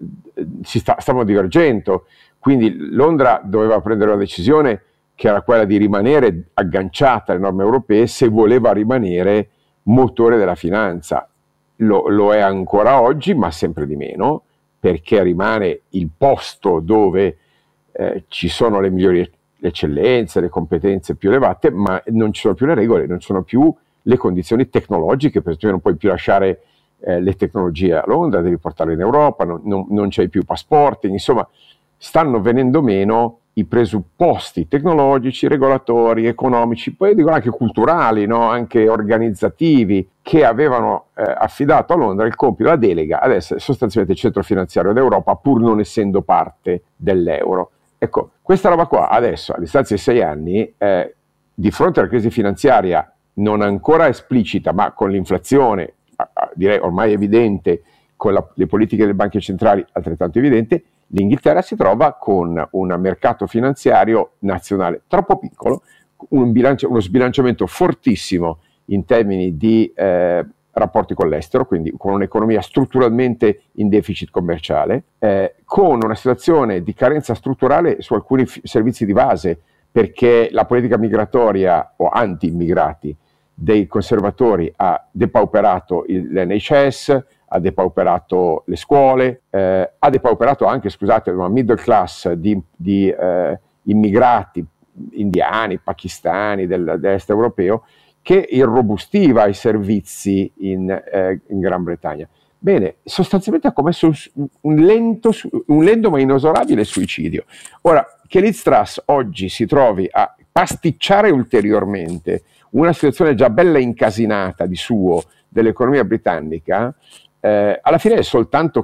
stavano divergendo, quindi Londra doveva prendere una decisione che era quella di rimanere agganciata alle norme europee se voleva rimanere motore della finanza. Lo è ancora oggi, ma sempre di meno, perché rimane il posto dove ci sono le migliori eccellenze, le competenze più elevate, ma non ci sono più le regole, non ci sono più le condizioni tecnologiche, per esempio non puoi più lasciare le tecnologie a Londra, devi portarle in Europa, non c'hai più passaporti, insomma stanno venendo meno i presupposti tecnologici, regolatori, economici, poi dico anche culturali, no? Anche organizzativi, che avevano affidato a Londra il compito, la delega ad essere sostanzialmente il centro finanziario d'Europa, pur non essendo parte dell'euro. Ecco, questa roba qua adesso, a distanza di 6 anni, di fronte alla crisi finanziaria non ancora esplicita, ma con l'inflazione, direi ormai evidente, con le politiche delle banche centrali altrettanto evidente, l'Inghilterra si trova con un mercato finanziario nazionale troppo piccolo, uno sbilanciamento fortissimo in termini di rapporti con l'estero, quindi con un'economia strutturalmente in deficit commerciale, con una situazione di carenza strutturale su alcuni servizi di base, perché la politica migratoria o anti-immigrati dei conservatori ha depauperato l'NHS, ha depauperato le scuole, ha depauperato anche, scusate, una middle class di immigrati indiani, pakistani, dell'est europeo, che irrobustiva i servizi in Gran Bretagna. Bene, sostanzialmente ha commesso un lento ma inesorabile suicidio. Ora, che Liz Truss oggi si trovi a pasticciare ulteriormente una situazione già bella incasinata di suo dell'economia britannica, alla fine è soltanto,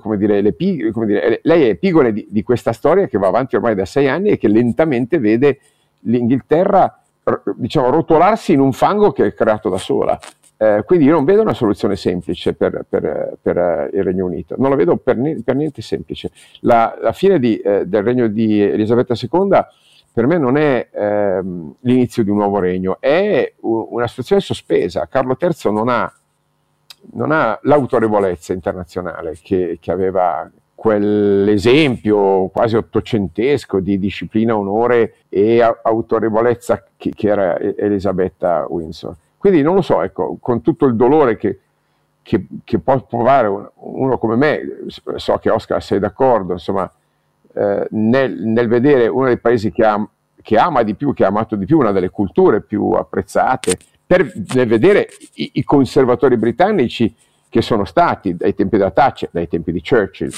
lei è epigone di questa storia che va avanti ormai da 6 anni e che lentamente vede l'Inghilterra, diciamo, rotolarsi in un fango che è creato da sola. Quindi io non vedo una soluzione semplice per il Regno Unito, non la vedo per niente semplice. La fine del regno di Elisabetta II per me non è l'inizio di un nuovo regno, è una situazione sospesa. Carlo III non ha l'autorevolezza internazionale che aveva quell'esempio quasi ottocentesco di disciplina, onore e autorevolezza che era Elisabetta Windsor. Quindi non lo so, ecco, con tutto il dolore che può provare uno come me, so che Oscar sei d'accordo, insomma, nel vedere uno dei paesi che ama di più, che ha amato di più, una delle culture più apprezzate, nel vedere i conservatori britannici che sono stati dai tempi della Thatcher, dai tempi di Churchill,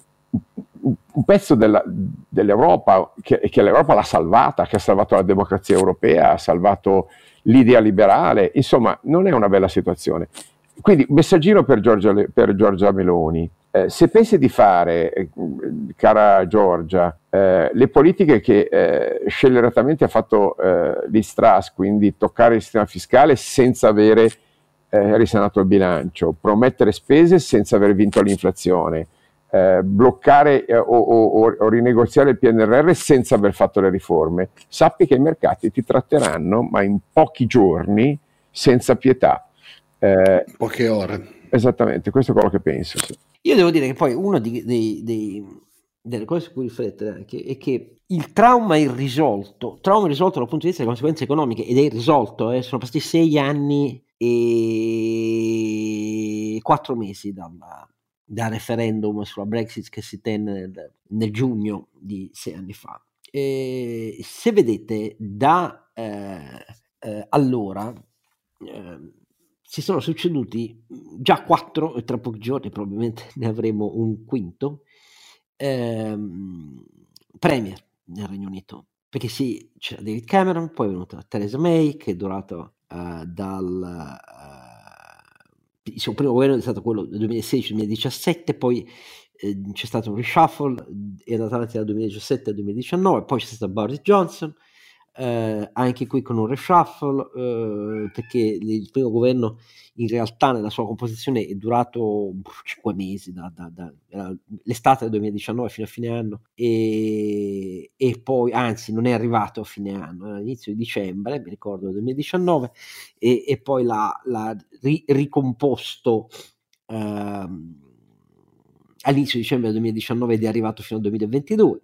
un pezzo dell'Europa che l'Europa l'ha salvata, che ha salvato la democrazia europea, ha salvato l'idea liberale, insomma non è una bella situazione. Quindi un messaggino per Giorgia Meloni: se pensi di fare, cara Giorgia, le politiche che scelleratamente ha fatto Liz Truss, quindi toccare il sistema fiscale senza avere risanato il bilancio, promettere spese senza aver vinto l'inflazione, bloccare o rinegoziare il PNRR senza aver fatto le riforme, sappi che i mercati ti tratteranno, ma in pochi giorni, senza pietà. Poche ore. Esattamente, questo è quello che penso. Sì. Io devo dire che poi una delle cose su cui riflettere anche è che il trauma irrisolto dal punto di vista delle conseguenze economiche, ed è irrisolto, sono passati 6 anni e 4 mesi dal referendum sulla Brexit che si tenne nel giugno di 6 anni fa. Se vedete allora si sono succeduti già 4, e tra pochi giorni probabilmente ne avremo un quinto, premier nel Regno Unito, perché sì, c'era David Cameron, poi è venuta Theresa May, che è durato il suo primo governo è stato quello del 2016-2017, poi c'è stato un reshuffle, è andato avanti dal 2017 al 2019, poi c'è stato Boris Johnson, anche qui con un reshuffle, perché il primo governo in realtà nella sua composizione è durato 5 mesi, l'estate del 2019 fino a fine anno, e poi anzi non è arrivato a fine anno, all'inizio di dicembre, mi ricordo, del 2019, e poi l'ha ricomposto all'inizio di dicembre del 2019 ed è arrivato fino al 2022.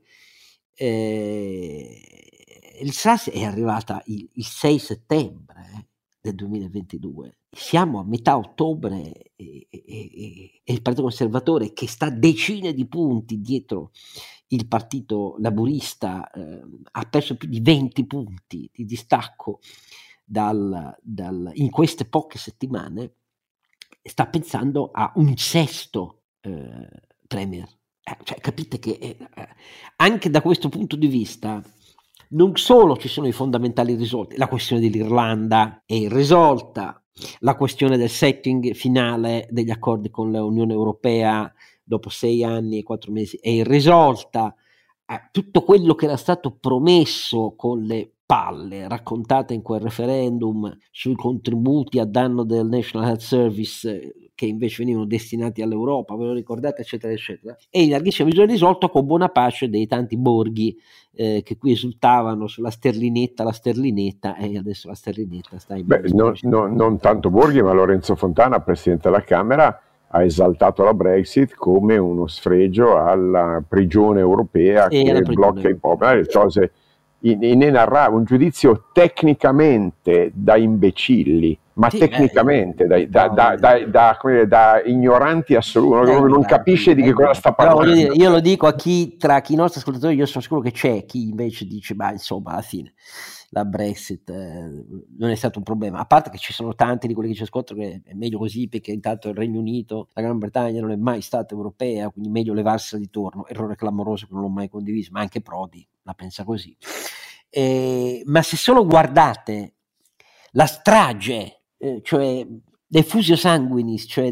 Il SARS è arrivata il 6 settembre del 2022, siamo a metà ottobre e il Partito Conservatore, che sta decine di punti dietro il Partito Laburista, ha perso più di 20 punti di distacco in queste poche settimane, sta pensando a un sesto premier. Cioè, capite che anche da questo punto di vista non solo ci sono i fondamentali risolti, la questione dell'Irlanda è irrisolta, la questione del setting finale degli accordi con l'Unione Europea dopo 6 anni e 4 mesi è irrisolta, tutto quello che era stato promesso con le palle raccontate in quel referendum sui contributi a danno del National Health Service, che invece venivano destinati all'Europa, ve lo ricordate, eccetera eccetera, e in larghissima misura risolto, con buona pace dei tanti borghi che qui esultavano sulla sterlinetta, e adesso la sterlinetta sta in non tanto Borghi, ma Lorenzo Fontana, presidente della Camera, ha esaltato la Brexit come uno sfregio alla prigione europea che blocca i poveri, le cose inenarrabili, un giudizio tecnicamente da imbecilli, ma sì, tecnicamente da ignoranti assoluti, non capisce di che cosa sta parlando. No, io lo dico a chi, tra i nostri ascoltatori, io sono sicuro che c'è chi invece dice, ma insomma, alla fine la Brexit non è stato un problema, a parte che ci sono tanti di quelli che ci ascoltano che è meglio così, perché intanto il Regno Unito, la Gran Bretagna non è mai stata europea, quindi meglio levarsela di torno, errore clamoroso che non l'ho mai condiviso, ma anche Prodi la pensa così. Ma se solo guardate la strage, cioè l'effusio sanguinis, cioè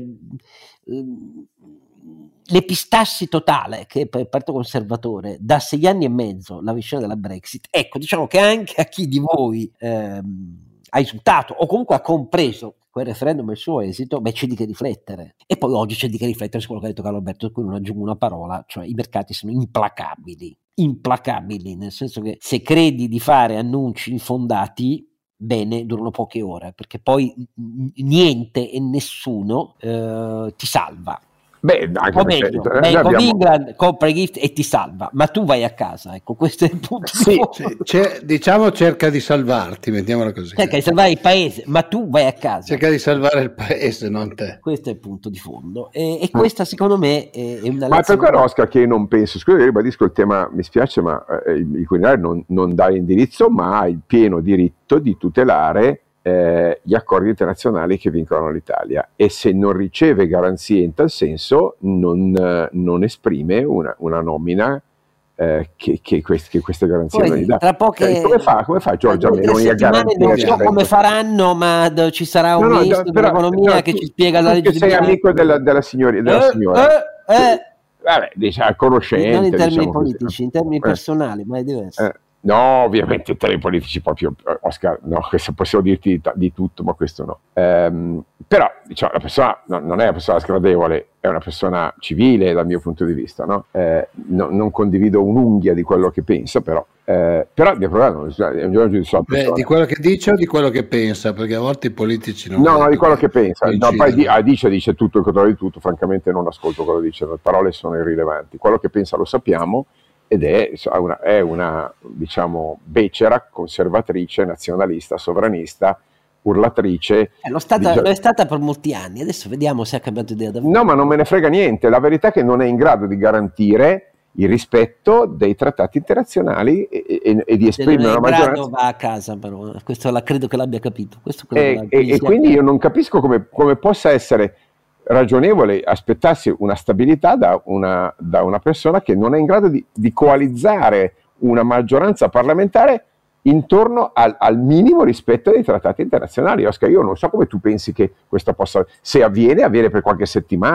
l'epistassi totale che per il Partito Conservatore da 6 anni e mezzo la vicenda della Brexit, ecco, diciamo che anche a chi di voi ha esultato o comunque ha compreso quel referendum e il suo esito, c'è di che riflettere. E poi oggi c'è di che riflettere su quello che ha detto Carlo Alberto, per cui non aggiungo una parola, cioè i mercati sono implacabili, nel senso che se credi di fare annunci infondati, bene, durano poche ore, perché poi niente e nessuno ti salva. Anche o meglio, Bank of England compra i gift e ti salva, ma tu vai a casa, ecco, questo è il punto. Cerca di salvarti, mettiamola così. Cerca di salvare il paese, ma tu vai a casa. Cerca di salvare il paese, non te. Questo è il punto di fondo, e questa secondo me è una lezione. Ma per quello, Oscar, che io non penso, scusa, ribadisco il tema, mi spiace, ma il Quirinale non dà indirizzo, ma ha il pieno diritto di tutelare gli accordi internazionali che vincolano l'Italia, e se non riceve garanzie in tal senso non esprime una nomina che queste garanzie poi, non gli dà. Tra poche, come fa Giorgia Meloni a garantire? Non so come faranno, ma ci sarà un ministro dell'economia che ci spiega la legge. Sei amico della signora. Vabbè, diciamo, conoscente. Non in termini diciamo politici, così. in termini personali, ma è diverso. No, ovviamente in termini politici proprio, Oscar, no, possiamo dirti di tutto, ma questo no. Però diciamo, la persona non è una persona sgradevole, è una persona civile dal mio punto di vista, no? Non condivido un'unghia di quello che pensa, però il mio problema è un giudizio sulla persona. Di quello che dice o di quello che pensa? Perché a volte i politici non... No, di quello che pensa. No, poi dice tutto il contrario di tutto, francamente non ascolto quello che dice, le parole sono irrilevanti. Quello che pensa lo sappiamo, ed è una diciamo becera, conservatrice, nazionalista, sovranista, urlatrice. Lo è stata per molti anni, adesso vediamo se ha cambiato idea davvero. No, ma non me ne frega niente, la verità è che non è in grado di garantire il rispetto dei trattati internazionali e di esprimere una maggioranza. Va a casa, però questo credo che l'abbia capito. E quindi io non capisco come possa essere ragionevole aspettarsi una stabilità da una persona che non è in grado di coalizzare una maggioranza parlamentare intorno al minimo rispetto dei trattati internazionali. Oscar, io non so come tu pensi che questo possa, se avviene per qualche settimana,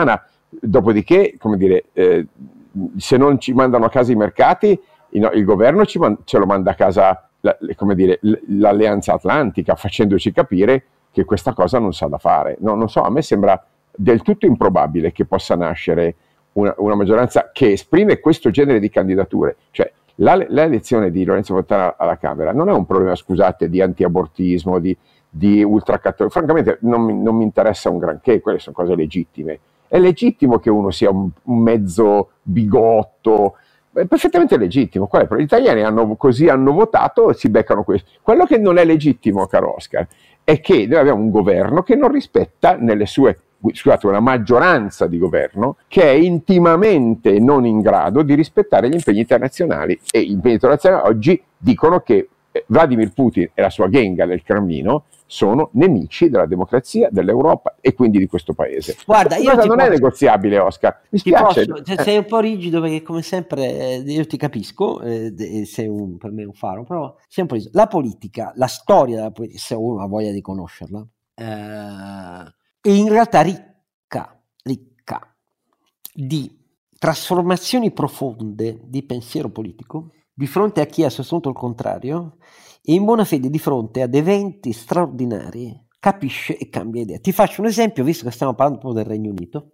Dopodiché, come dire, se non ci mandano a casa i mercati, il governo ce lo manda a casa, come dire, l'Alleanza Atlantica, facendoci capire che questa cosa non sa da fare. No, non so, a me sembra del tutto improbabile che possa nascere una maggioranza che esprime questo genere di candidature. Cioè, l'elezione di Lorenzo Fontana alla Camera non è un problema, scusate, di antiabortismo, di ultracattolico. Francamente non mi interessa un granché, quelle sono cose legittime. È legittimo che uno sia un mezzo bigotto, è perfettamente legittimo. Gli italiani hanno votato e si beccano questo. Quello che non è legittimo, caro Oscar, è che noi abbiamo un governo che non rispetta una maggioranza di governo che è intimamente non in grado di rispettare gli impegni internazionali, e gli impegni internazionali oggi dicono che Vladimir Putin e la sua ghenga del Cremlino sono nemici della democrazia, dell'europa e quindi di questo paese. Guarda, non è negoziabile, Oscar. Mi spiace. Sei un po' rigido perché, come sempre, io ti capisco, sei per me un faro, però sei un po' rigido. La politica, la storia della politica, se uno ha voglia di conoscerla, è in realtà ricca di trasformazioni profonde di pensiero politico di fronte a chi ha sostenuto il contrario, e in buona fede di fronte ad eventi straordinari capisce e cambia idea. Ti faccio un esempio, visto che stiamo parlando proprio del Regno Unito.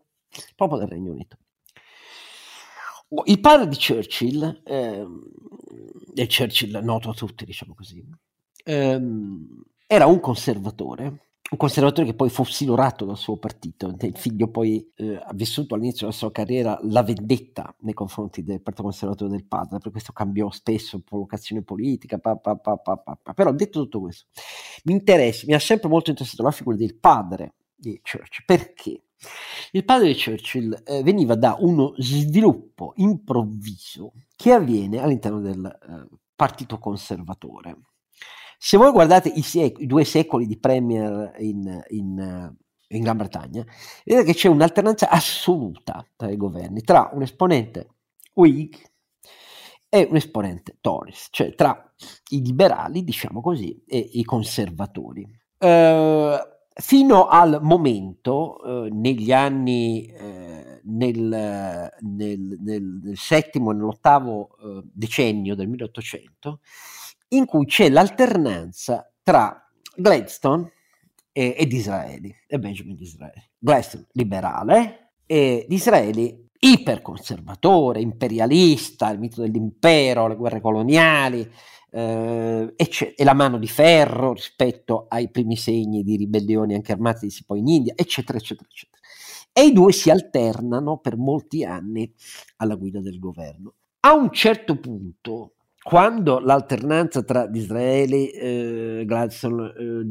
Il padre di Churchill, e Churchill noto a tutti, diciamo così, era un conservatore che poi fu silorato dal suo partito. Il figlio poi ha vissuto all'inizio della sua carriera la vendetta nei confronti del partito conservatore del padre, per questo cambiò spesso collocazione politica, però detto tutto questo, mi ha sempre molto interessato la figura del padre di Churchill, perché il padre di Churchill veniva da uno sviluppo improvviso che avviene all'interno del partito conservatore. Se voi guardate i 2 secoli di premier in Gran Bretagna, vedete che c'è un'alternanza assoluta tra i governi, tra un esponente Whig e un esponente Tories, cioè tra i liberali, diciamo così, e i conservatori. Fino al momento, negli anni, nel settimo e nell'ottavo decennio del 1800, in cui c'è l'alternanza tra Gladstone e Disraeli, e Benjamin Disraeli. Gladstone liberale e Disraeli iperconservatore, imperialista, il mito dell'impero, le guerre coloniali, e la mano di ferro rispetto ai primi segni di ribellioni anche armate poi in India, eccetera, eccetera, eccetera. E i due si alternano per molti anni alla guida del governo. A un certo punto, quando l'alternanza tra Gladstone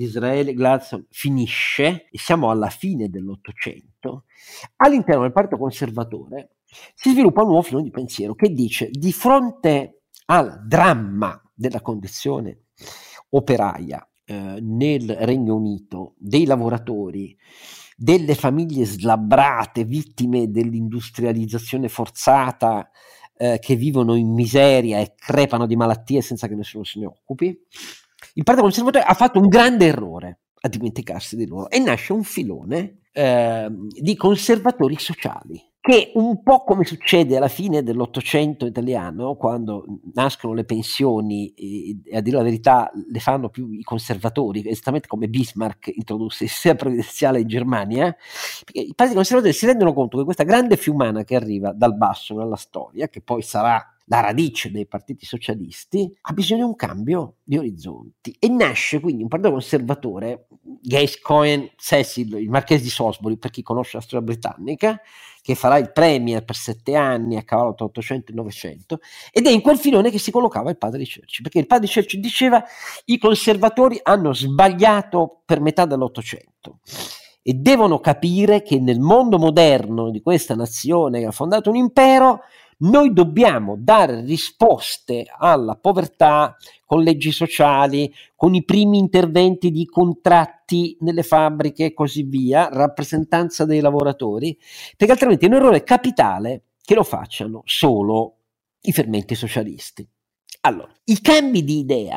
finisce, e siamo alla fine dell'Ottocento, all'interno del Partito Conservatore si sviluppa un nuovo filone di pensiero che dice: di fronte al dramma della condizione operaia nel Regno Unito, dei lavoratori, delle famiglie slabbrate, vittime dell'industrializzazione forzata, che vivono in miseria e crepano di malattie senza che nessuno se ne occupi, il Partito Conservatore ha fatto un grande errore a dimenticarsi di loro, e nasce un filone di conservatori sociali, che un po' come succede alla fine dell'Ottocento italiano, quando nascono le pensioni, e a dire la verità le fanno più i conservatori, esattamente come Bismarck introdusse il sistema previdenziale in Germania, perché i partiti conservatori si rendono conto che questa grande fiumana che arriva dal basso nella storia, che poi sarà la radice dei partiti socialisti, ha bisogno di un cambio di orizzonti, e nasce quindi un partito conservatore, Gascoigne Cecil, il marchese di Salisbury, per chi conosce la storia britannica, che farà il premier per 7 anni a cavallo tra 800 e 900, ed è in quel filone che si collocava il padre di Churchill, perché il padre di Churchill diceva: i conservatori hanno sbagliato per metà dell'Ottocento e devono capire che nel mondo moderno di questa nazione che ha fondato un impero, noi dobbiamo dare risposte alla povertà con leggi sociali, con i primi interventi di contratti nelle fabbriche e così via, rappresentanza dei lavoratori, perché altrimenti è un errore capitale che lo facciano solo i fermenti socialisti. Allora, i cambi di idea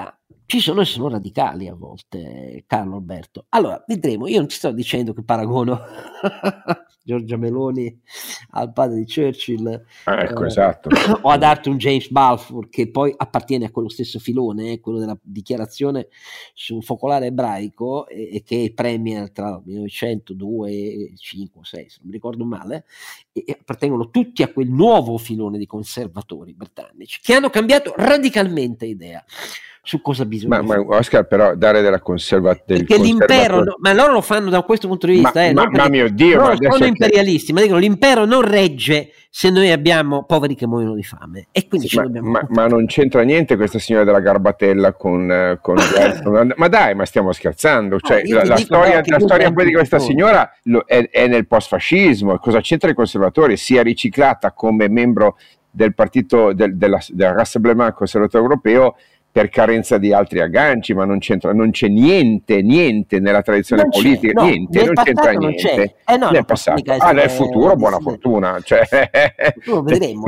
ci sono radicali a volte, Carlo Alberto. Allora, vedremo. Io non ci sto dicendo che paragono Giorgia Meloni al padre di Churchill, Ecco, esatto. o ad Arthur James Balfour, che poi appartiene a quello stesso filone, quello della dichiarazione su un focolare ebraico, e che è premier tra il 1902 e 5 o 6, se non mi ricordo male, e appartengono tutti a quel nuovo filone di conservatori britannici che hanno cambiato radicalmente idea su cosa bisogna Ma fare. Oscar, però dare della Perché l'impero, ma loro lo fanno da questo punto di vista, ma mio Dio, loro ma adesso sono imperialisti, ma dicono l'impero non regge se noi abbiamo poveri che muoiono di fame, e quindi ci dobbiamo ma non c'entra niente questa signora della garbatella con ma dai, ma stiamo scherzando, cioè, la storia poi di questa signora è nel post-fascismo. Cosa c'entra i conservatori? Si è riciclata come membro del partito del Rassemblement conservatore europeo per carenza di altri agganci, ma non c'è niente nella tradizione politica, non c'entra niente. Nel passato. Nel futuro buona fortuna, cioè, vedremo.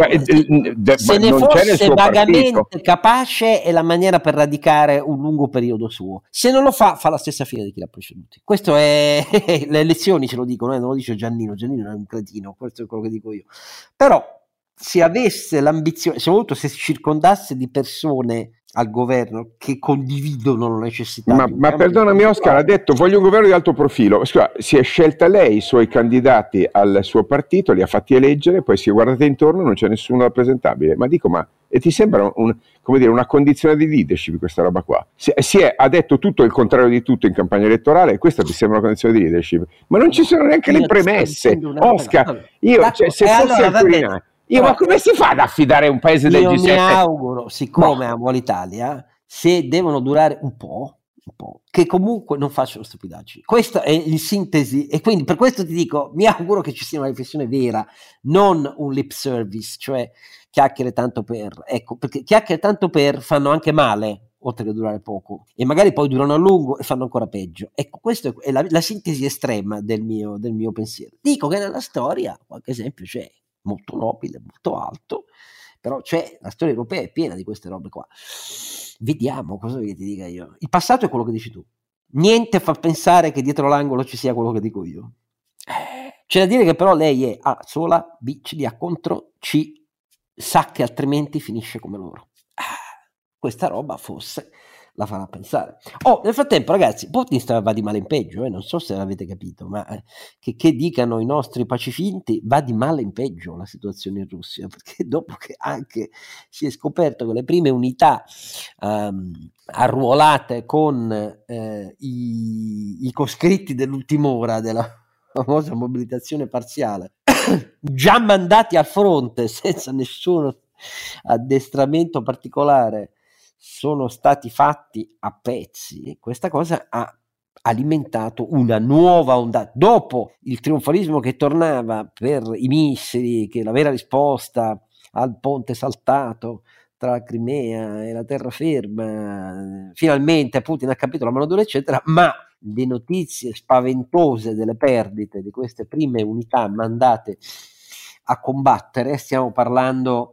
Se ne fosse vagamente capace, è la maniera per radicare un lungo periodo suo. Se non lo fa la stessa fine di chi l'ha preceduto. Questo è le elezioni ce lo dicono, non lo dice Giannino è un cretino, questo è quello che dico io. Però se avesse l'ambizione, soprattutto se si circondasse di persone al governo che condividono la necessità ma perdonami Oscar, ha detto voglio un governo di alto profilo. Scusa, si è scelta lei i suoi candidati al suo partito, li ha fatti eleggere, poi si è guardata intorno, non c'è nessuno rappresentabile. Ma dico, e ti sembra una condizione di leadership questa roba qua? Ha detto tutto il contrario di tutto in campagna elettorale, e questa ti sembra una condizione di leadership? Ma non ci sono neanche le premesse, Oscar. Se fossi al Quirinale, ma come si fa ad affidare un paese del G7? Io mi auguro, siccome amo l'Italia, se devono durare un po', che comunque non facciano stupidaggini. Questa è in sintesi, e quindi per questo ti dico, mi auguro che ci sia una riflessione vera, non un lip service, cioè chiacchiere tanto per, ecco, perché chiacchiere tanto per fanno anche male, oltre che durare poco, e magari poi durano a lungo e fanno ancora peggio. Ecco, questa è la sintesi estrema del mio pensiero. Dico che nella storia qualche esempio c'è, molto nobile, molto alto, però la storia europea è piena di queste robe qua. Vediamo cosa vuoi che ti dica io. Il passato è quello che dici tu, niente fa pensare che dietro l'angolo ci sia quello che dico io. C'è da dire che però lei è A sola, B ci dia contro, C sa che altrimenti finisce come loro. Questa roba forse la farà pensare. Nel frattempo, ragazzi, Putin va di male in peggio, non so se l'avete capito, ma che dicano i nostri pacifinti, va di male in peggio la situazione in Russia, perché dopo che anche si è scoperto che le prime unità arruolate con i coscritti dell'ultima ora della famosa mobilitazione parziale, già mandati al fronte senza nessun addestramento particolare, sono stati fatti a pezzi, questa cosa ha alimentato una nuova ondata. Dopo il trionfalismo che tornava per i missili, che è la vera risposta al ponte saltato tra la Crimea e la terraferma, finalmente Putin ha capito la mano dura, eccetera, ma le notizie spaventose delle perdite di queste prime unità mandate a combattere, stiamo parlando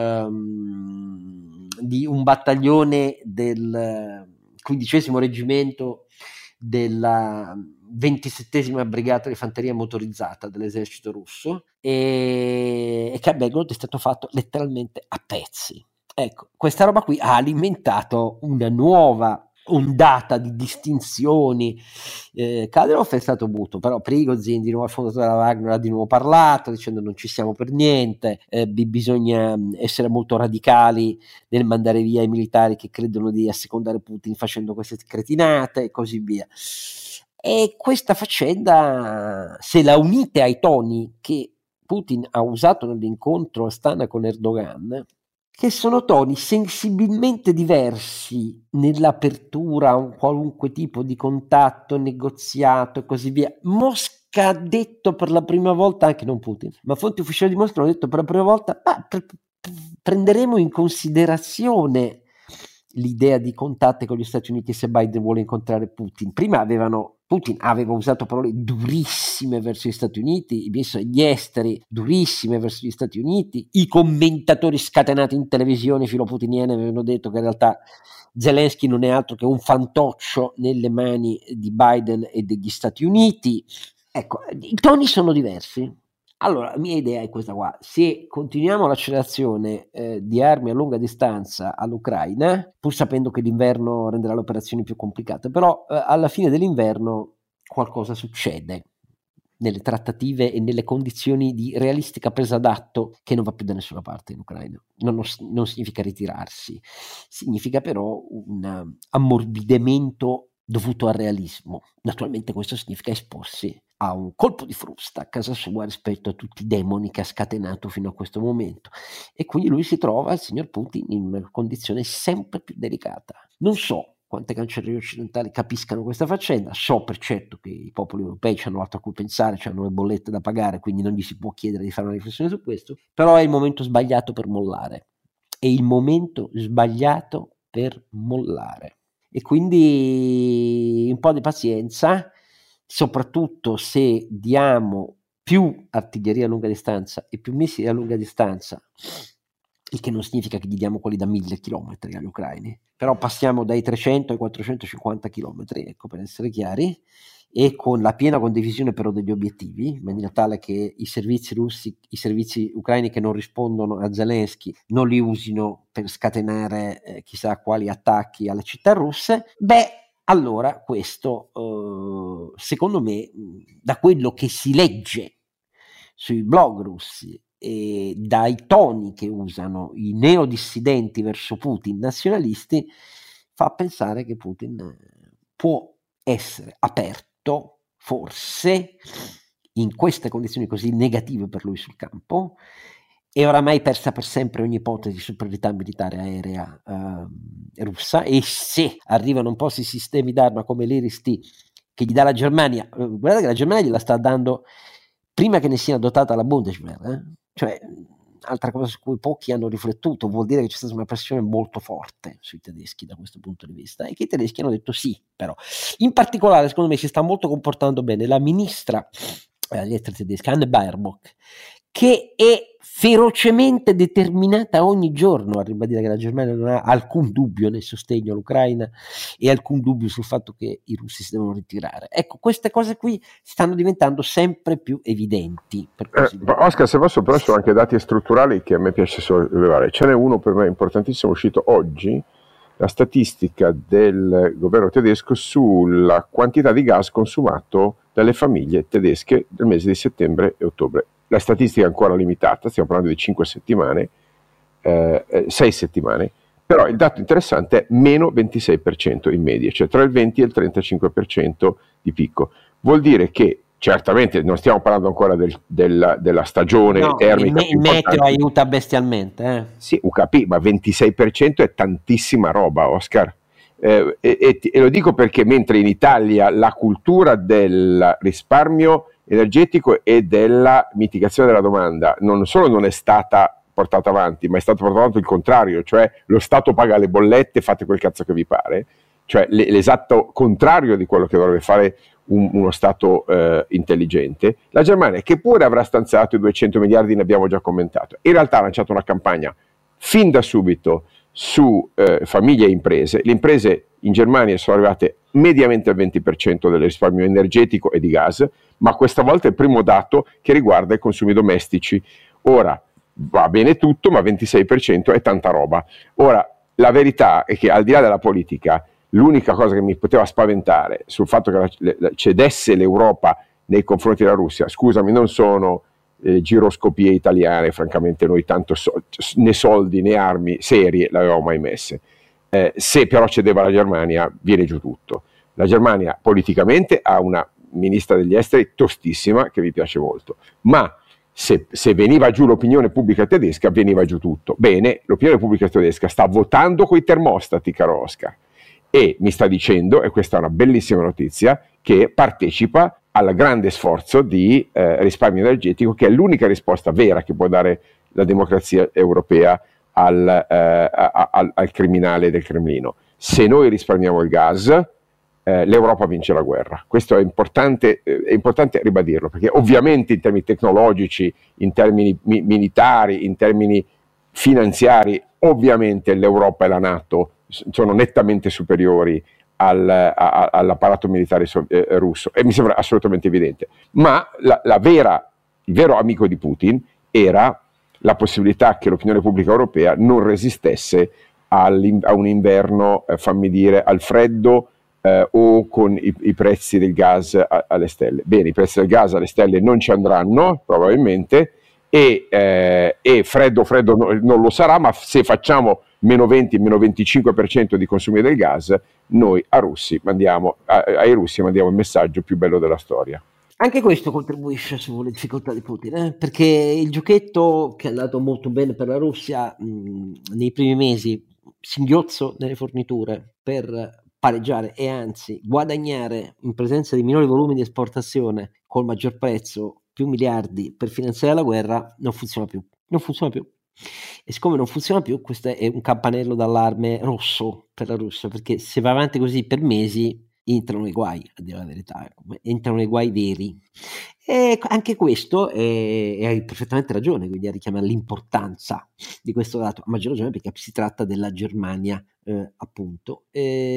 di un battaglione del 15° reggimento della 27ª brigata di fanteria motorizzata dell'esercito russo, e che a Belgorod è stato fatto letteralmente a pezzi. Ecco, questa roba qui ha alimentato una nuova ondata di distinzioni. Kadyrov è stato muto, però Prigozhin, di nuovo il fondatore della Wagner, ha di nuovo parlato dicendo non ci siamo per niente, bisogna essere molto radicali nel mandare via i militari che credono di assecondare Putin facendo queste cretinate e così via. E questa faccenda, se la unite ai toni che Putin ha usato nell'incontro a Astana con Erdogan, che sono toni sensibilmente diversi nell'apertura a un qualunque tipo di contatto, negoziato e così via. Mosca ha detto per la prima volta, anche non Putin, ma fonti ufficiali di Mosca hanno detto per la prima volta prenderemo in considerazione l'idea di contatti con gli Stati Uniti se Biden vuole incontrare Putin. Prima Putin aveva usato parole durissime verso gli Stati Uniti, i ministri degli esteri durissime verso gli Stati Uniti, i commentatori scatenati in televisione filoputiniane avevano detto che in realtà Zelensky non è altro che un fantoccio nelle mani di Biden e degli Stati Uniti. Ecco, i toni sono diversi. Allora, la mia idea è questa qua: se continuiamo l'accelerazione di armi a lunga distanza all'Ucraina, pur sapendo che l'inverno renderà le operazioni più complicate, però alla fine dell'inverno qualcosa succede nelle trattative e nelle condizioni di realistica presa d'atto che non va più da nessuna parte in Ucraina. Non significa ritirarsi, significa però un ammorbidimento dovuto al realismo. Naturalmente questo significa esporsi a un colpo di frusta a casa sua rispetto a tutti i demoni che ha scatenato fino a questo momento, e quindi lui si trova, il signor Putin, in una condizione sempre più delicata. Non so quante cancellerie occidentali capiscano questa faccenda, so per certo che i popoli europei hanno altro a cui pensare, hanno le bollette da pagare, quindi non gli si può chiedere di fare una riflessione su questo, però è il momento sbagliato per mollare, è il momento sbagliato per mollare. E quindi un po' di pazienza, soprattutto se diamo più artiglieria a lunga distanza e più missili a lunga distanza, il che non significa che gli diamo quelli da 1000 chilometri agli ucraini, però passiamo dai 300 ai 450 chilometri, ecco, per essere chiari, e con la piena condivisione però degli obiettivi, in maniera tale che i servizi russi, i servizi ucraini che non rispondono a Zelensky non li usino per scatenare chissà quali attacchi alle città russe, allora questo secondo me, da quello che si legge sui blog russi e dai toni che usano i neodissidenti verso Putin, nazionalisti, fa pensare che Putin può essere aperto, forse, in queste condizioni così negative per lui sul campo, e oramai persa per sempre ogni ipotesi di superiorità militare aerea russa, e se arrivano un po' questi sistemi d'arma come l'Iris-T che gli dà la Germania, guardate che la Germania gliela sta dando prima che ne sia dotata la Bundeswehr, cioè altra cosa su cui pochi hanno riflettuto, vuol dire che c'è stata una pressione molto forte sui tedeschi da questo punto di vista, e che i tedeschi hanno detto sì. Però in particolare secondo me si sta molto comportando bene la ministra degli esteri tedesca, Anne Baerbock, che è ferocemente determinata ogni giorno a ribadire che la Germania non ha alcun dubbio nel sostegno all'Ucraina e alcun dubbio sul fatto che i russi si devono ritirare. Ecco, queste cose qui stanno diventando sempre più evidenti. Per così dire. Oscar, se posso, però sono anche dati strutturali che a me piace sollevare. Ce n'è uno per me importantissimo, uscito oggi, la statistica del governo tedesco sulla quantità di gas consumato dalle famiglie tedesche nel mese di settembre e ottobre. La statistica è ancora limitata, stiamo parlando di 5 settimane, 6 settimane, però il dato interessante è meno 26% in media, cioè tra il 20 e il 35% di picco. Vuol dire che certamente non stiamo parlando ancora della stagione termica. Il meteo aiuta bestialmente. Sì, UKP, ma 26% è tantissima roba, Oscar. E lo dico perché mentre in Italia la cultura del risparmio energetico e della mitigazione della domanda non solo non è stata portata avanti, ma è stato portato avanti il contrario, cioè lo Stato paga le bollette, fate quel cazzo che vi pare, cioè l'esatto contrario di quello che dovrebbe fare uno Stato intelligente. La Germania, che pure avrà stanziato i 200 miliardi, ne abbiamo già commentato, in realtà ha lanciato una campagna fin da subito su famiglie e imprese. Le imprese in Germania sono arrivate mediamente al 20% del risparmio energetico e di gas, ma questa volta è il primo dato che riguarda i consumi domestici. Ora, va bene tutto, ma 26% è tanta roba. Ora, la verità è che al di là della politica, l'unica cosa che mi poteva spaventare sul fatto che cedesse l'Europa nei confronti della Russia, scusami, non sono giroscopie italiane, francamente noi tanto né soldi né armi serie l'avevamo mai messe. Se però cedeva la Germania, viene giù tutto. La Germania politicamente ha una ministra degli esteri tostissima che mi piace molto, ma se veniva giù l'opinione pubblica tedesca, veniva giù tutto. Bene, l'opinione pubblica tedesca sta votando coi termostati, caro Oscar, e mi sta dicendo, e questa è una bellissima notizia, che partecipa al grande sforzo di risparmio energetico, che è l'unica risposta vera che può dare la democrazia europea al criminale del Cremlino. Se noi risparmiamo il gas, l'Europa vince la guerra. Questo è importante ribadirlo, perché ovviamente in termini tecnologici, in termini militari, in termini finanziari, ovviamente l'Europa e la NATO sono nettamente superiori all'apparato militare russo, e mi sembra assolutamente evidente. Ma il vero amico di Putin era la possibilità che l'opinione pubblica europea non resistesse a un inverno, fammi dire, al freddo, o con i prezzi del gas alle stelle. Bene, i prezzi del gas alle stelle non ci andranno probabilmente, e freddo non lo sarà, ma se facciamo meno 20, meno 25% di consumi del gas, noi ai russi mandiamo il messaggio più bello della storia. Anche questo contribuisce sulle difficoltà di Putin, perché il giochetto che è andato molto bene per la Russia nei primi mesi, singhiozzo nelle forniture per pareggiare e anzi guadagnare in presenza di minori volumi di esportazione col maggior prezzo, più miliardi per finanziare la guerra, non funziona più. E siccome non funziona più, questo è un campanello d'allarme rosso per la Russia, perché se va avanti così per mesi entrano i guai, a dire la verità, entrano i guai veri. E anche questo hai perfettamente ragione, quindi a richiamare l'importanza di questo dato, a maggior ragione perché si tratta della Germania, appunto.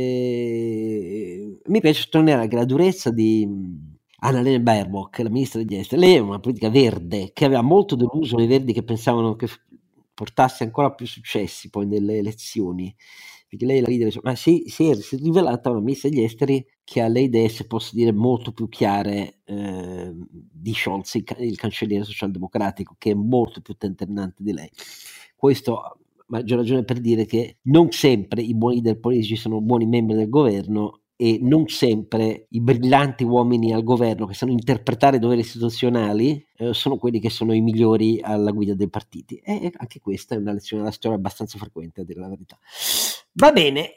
Mi piace sottolineare che la durezza di Annalena Baerbock, la ministra degli esteri. Lei è una politica verde che aveva molto deluso i verdi che pensavano che portasse ancora più successi poi nelle elezioni, perché lei è la leader, ma si è rivelata una ministra degli esteri che ha le idee, se posso dire, molto più chiare di Scholz, il cancelliere socialdemocratico, che è molto più tentennante di lei. Questo a maggior ragione per dire che non sempre i buoni leader politici sono buoni membri del governo, e non sempre i brillanti uomini al governo che sanno interpretare i doveri istituzionali sono quelli che sono i migliori alla guida dei partiti. E anche questa è una lezione della storia abbastanza frequente, a dire la verità. Va bene,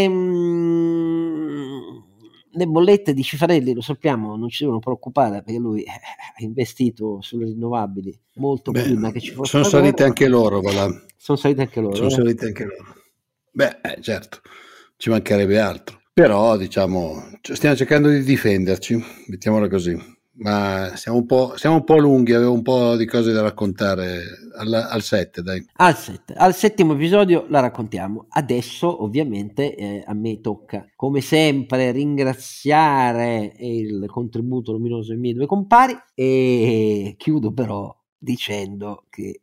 le bollette di Cifarelli, lo sappiamo, non ci devono preoccupare, perché lui ha investito sulle rinnovabili molto prima che ci fosse. Sono salite anche loro, voilà. Sono salite anche loro. Certo, ci mancherebbe altro. Però diciamo stiamo cercando di difenderci, mettiamola così, ma siamo un po' lunghi, avevo un po' di cose da raccontare al 7, dai. Al settimo episodio la raccontiamo. Adesso ovviamente a me tocca come sempre ringraziare il contributo luminoso dei miei due compari, e chiudo però dicendo che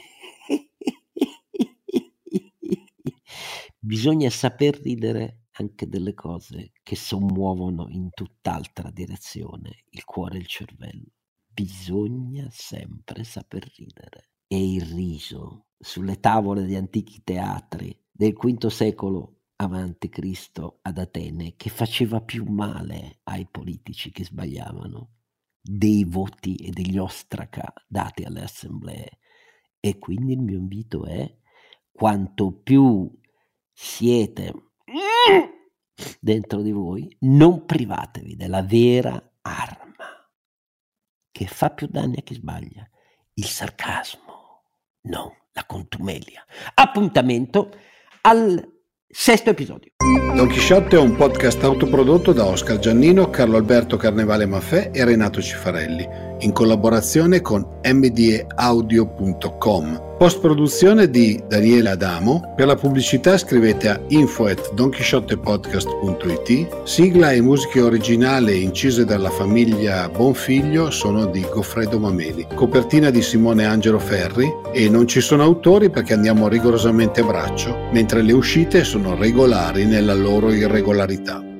bisogna saper ridere anche delle cose che sommuovono in tutt'altra direzione il cuore e il cervello. Bisogna sempre saper ridere. E il riso sulle tavole di antichi teatri del V secolo avanti Cristo ad Atene, che faceva più male ai politici che sbagliavano dei voti e degli ostraca dati alle assemblee. E quindi il mio invito è: quanto più siete dentro di voi, non privatevi della vera arma che fa più danni a chi sbaglia: il sarcasmo, non la contumelia. Appuntamento al sesto episodio. Don Chisciotte è un podcast autoprodotto da Oscar Giannino, Carlo Alberto Carnevale Maffè e Renato Cifarelli, in collaborazione con mdeaudio.com. Post-produzione di Daniele Adamo. Per la pubblicità scrivete a info@donchisciottepodcast.it. Sigla e musiche originali incise dalla famiglia Bonfiglio sono di Goffredo Mameli. Copertina di Simone Angelo Ferri, e non ci sono autori perché andiamo rigorosamente a braccio, mentre le uscite sono regolari nella loro irregolarità.